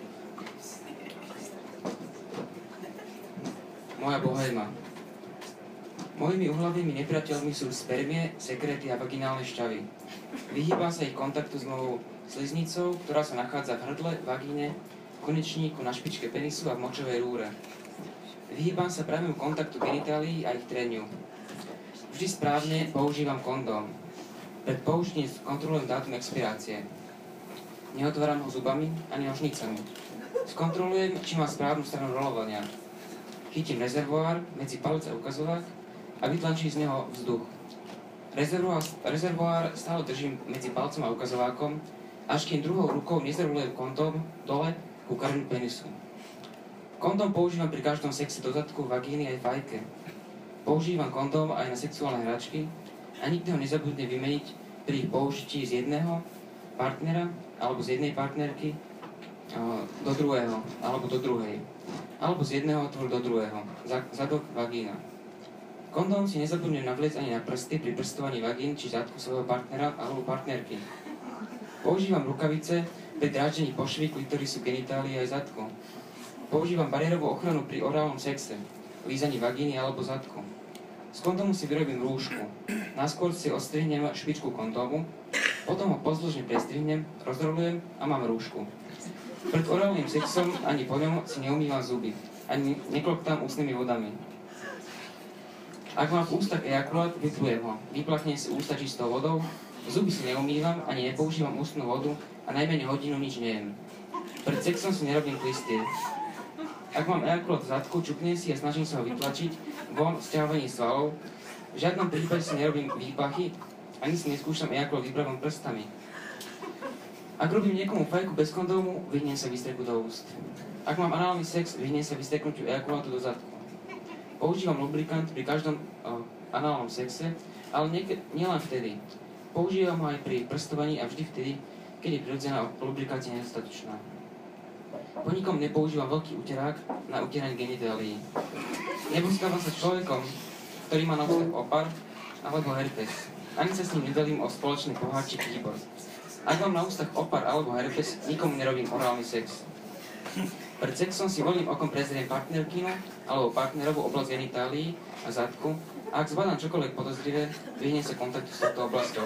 Moja bohéma. Mojimi uhlavnými nepriateľmi sú spermie, sekrety a vaginálne šťavy. Vyhýbam sa ich kontaktu s mojou sliznicou, ktorá sa nachádza v hrdle, vagíne, konečníku, na špičke penisu a v močovej rúre. Vyhýbam sa priamému kontaktu genitálií a ich treniu. Vždy správne používam kondóm. Pred použitím skontrolujem dátum expirácie. Neotváram ho zubami ani nožnicami. Skontrolujem, či má správnu stranu rolovania. Chytím rezervoár medzi palec a ukazovák a vytlačím z neho vzduch. Rezervoár, rezervoár stále držím medzi palcom a ukazovákom, až kým druhou rukou nezrolujem kondóm dole ku krvnú penisu. Kondóm používam pri každom sexe do zadku, vagíny aj fajke. Používam kondóm aj na sexuálne hračky a nikdy ho nezabudnem vymeniť pri ich použití z jedného partnera alebo z jednej partnerky do druhého, alebo do druhej. Alebo z jedného otvoru do druhého. Zadok, vagína. Kondóm si nezabudnem navliecť ani na prsty pri prstovaní vagín či zadku svojho partnera alebo partnerky. Používam rukavice pri dráždení pošvy, klitorisu, genitálie aj zadku. Používam bariérovú ochranu pri orálnom sexe, lízaní vagíny alebo zadku. Z kondómu si vyrobím rúšku. Náskôr si odstrihnem špičku kondómu, potom ho pozdĺžne prestrihnem, rozrolujem a mám rúšku. Pred orálnym sexom ani po ňom si neumývam zuby, ani nekloktám ústnymi vodami. Ak mám v ústach ejakulát, vyplujem ho, vyplachnem si ústa čistou vodou, zuby si neumývam, ani nepoužívam ústnu vodu a najmenej hodinu nič nejem. Pred sexom si nerobím klistier. Ak mám ejakulát v zadku, čupnem si a snažím sa ho vytlačiť von sťahovaním svalov. V žiadnom prípade si nerobím výplachy, ani si neskúšam ejakulát výpravom prstami. Ak robím niekomu fajku bez kondómu, vyhnem sa vystreku do úst. Ak mám análny sex, vyhnem sa vystreknutiu ejakulátu do zadku. Používam lubrikant pri každom uh, análnom sexe, ale nielen vtedy. Používam ho aj pri prstovaní a vždy vtedy, keď je prirodzená lubrikácia nedostatočná. Po nikom nepoužívam veľký uterák na utieranie genitálií. Neboskávam sa človekom, ktorý má na ústach opar alebo herpes. Ani sa s ním nedelím o spoločný pohár či výbor. Ak mám na ústach opar alebo herpes, nikomu nerobím orálny sex. Pred sexom si voľným okom prezriem partnerkynu alebo partnerovú oblasť genitálií a zadku a ak zbadám čokoľvek podozrivé, vyhnem sa kontaktu s touto oblasťou.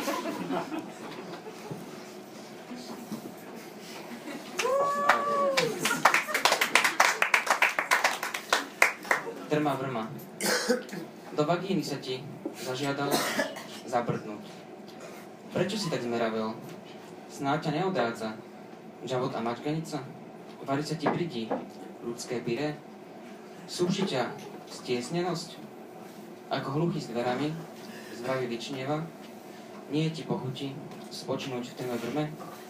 Trma vrma. Do vagíny sa ti zažiadalo zabrdnúť. Prečo si tak zmeravel? Snáď ťa neodrádza žabot a mačkanica? Varí sa ti bridí ľudské pyré? Súši ťa stiesnenosť? Ako hluchý s dverami, zdravie vyčnieva? Nie je ti pochutí spočinúť v trme vrme?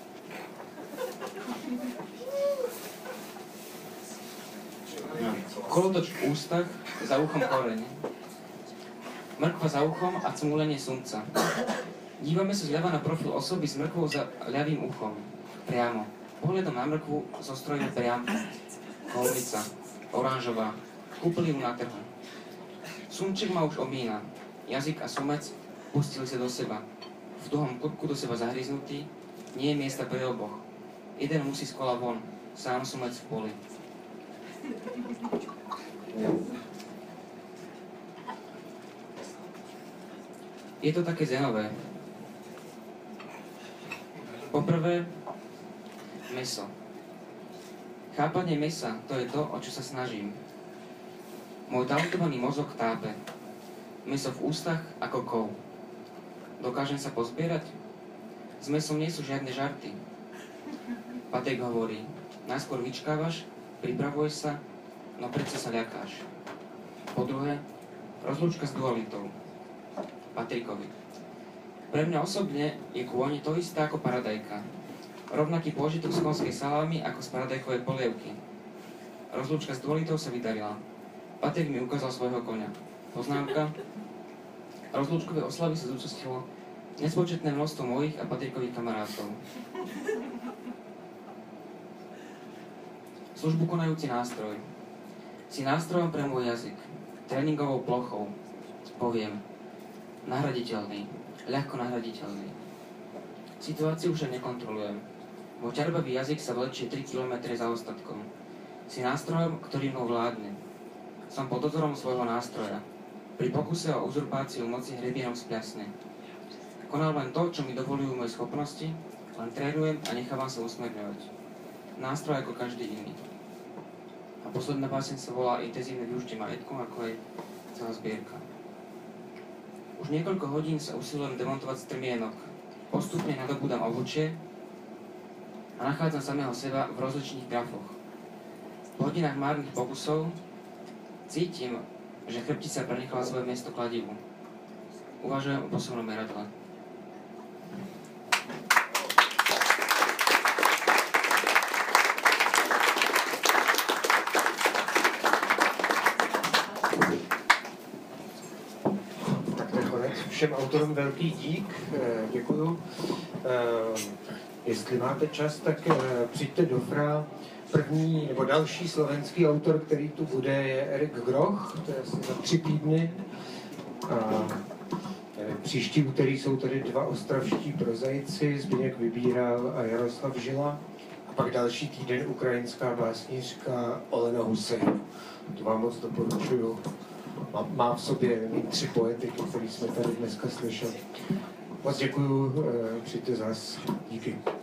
No. Kolotoč v ústach, za uchom koreň. Mrkva za uchom a cmúlenie slnca. Dívame sa zľava na profil osoby s mrkvou za ľavým uchom. Priamo. Pohľadom na mrkvu zostrojíme priamo. Kolbica. Oranžová. Kúpili ju na trhu. Slnček ma už omína. Jazyk a sumec pustili sa do seba. V tuhom klubku do seba zahryznutý. Nie je miesta pre oboch. Jeden musí z kola von. Sám sumec v poli. Je to také zenové. Poprvé, mäso. Chápanie mäsa, to je to, o čo sa snažím. Môj talentovaný mozog tápe. Mäso v ústach ako kov. Dokážem sa pozbierať? S mäsom nie sú žiadne žarty. Patek hovorí, najskôr vyčkávaš, pripravuješ sa, no predsa sa ľakáš. Po druhé, rozlúčka s dualitou. Patrikovi. Pre mňa osobne je kôň to isté ako paradajka. Rovnaký pôžitok z konskej salámy ako z paradajkovej polievky. Rozlúčka s dualitou sa vydarila. Patrik mi ukázal svojho koňa. Poznámka. Rozlúčkové oslavy sa zúčastnilo nespočetné množstvo mojich a Patrikových kamarátov. Službu konajúci nástroj. Si nástrojom pre môj jazyk. Tréningovou plochou. Poviem. Nahraditeľný. Ľahko nahraditeľný. Situáciu však nekontrolujem. Môj ťarbavý jazyk sa vlečie tri kilometre za ostatkom. Si nástrojom, ktorý mnou vládne. Som pod dozorom svojho nástroja. Pri pokuse o uzurpáciu moci hrebienom spľasne. Konal len to, čo mi dovolujú moje schopnosti, len trénujem a nechávam sa usmerňovať. Nástroj ako každý iný. A posledná báseň sa volá Intenzívne využitie majetku, ako aj celá zbierka. Už niekoľko hodín sa usilujem demontovať strmienok. Postupne nadobúdam obučie a nachádzam samého seba v rozličných grafoch. Po hodinách márnych pokusov cítim, že chrbtica prenechala svoje miesto kladivu. Uvažujem o posuvnom meradle. Tak to je konec. Všem autorům velký dík, děkuju. Jestli máte čas, tak přijďte do Fra. První nebo další slovenský autor, který tu bude, je Erik Groch, to je asi za tři týdny. A příští úterý jsou tady dva ostravští prozaici, Zbyněk Vybíral a Jaroslav Žila. A pak další týden ukrajinská básnířka Olena Husejn. To vám moc doporučuju. Má, má v sobě tři poetiky, které jsme tady dneska slyšeli. Moc děkuju, přijďte zas. Díky.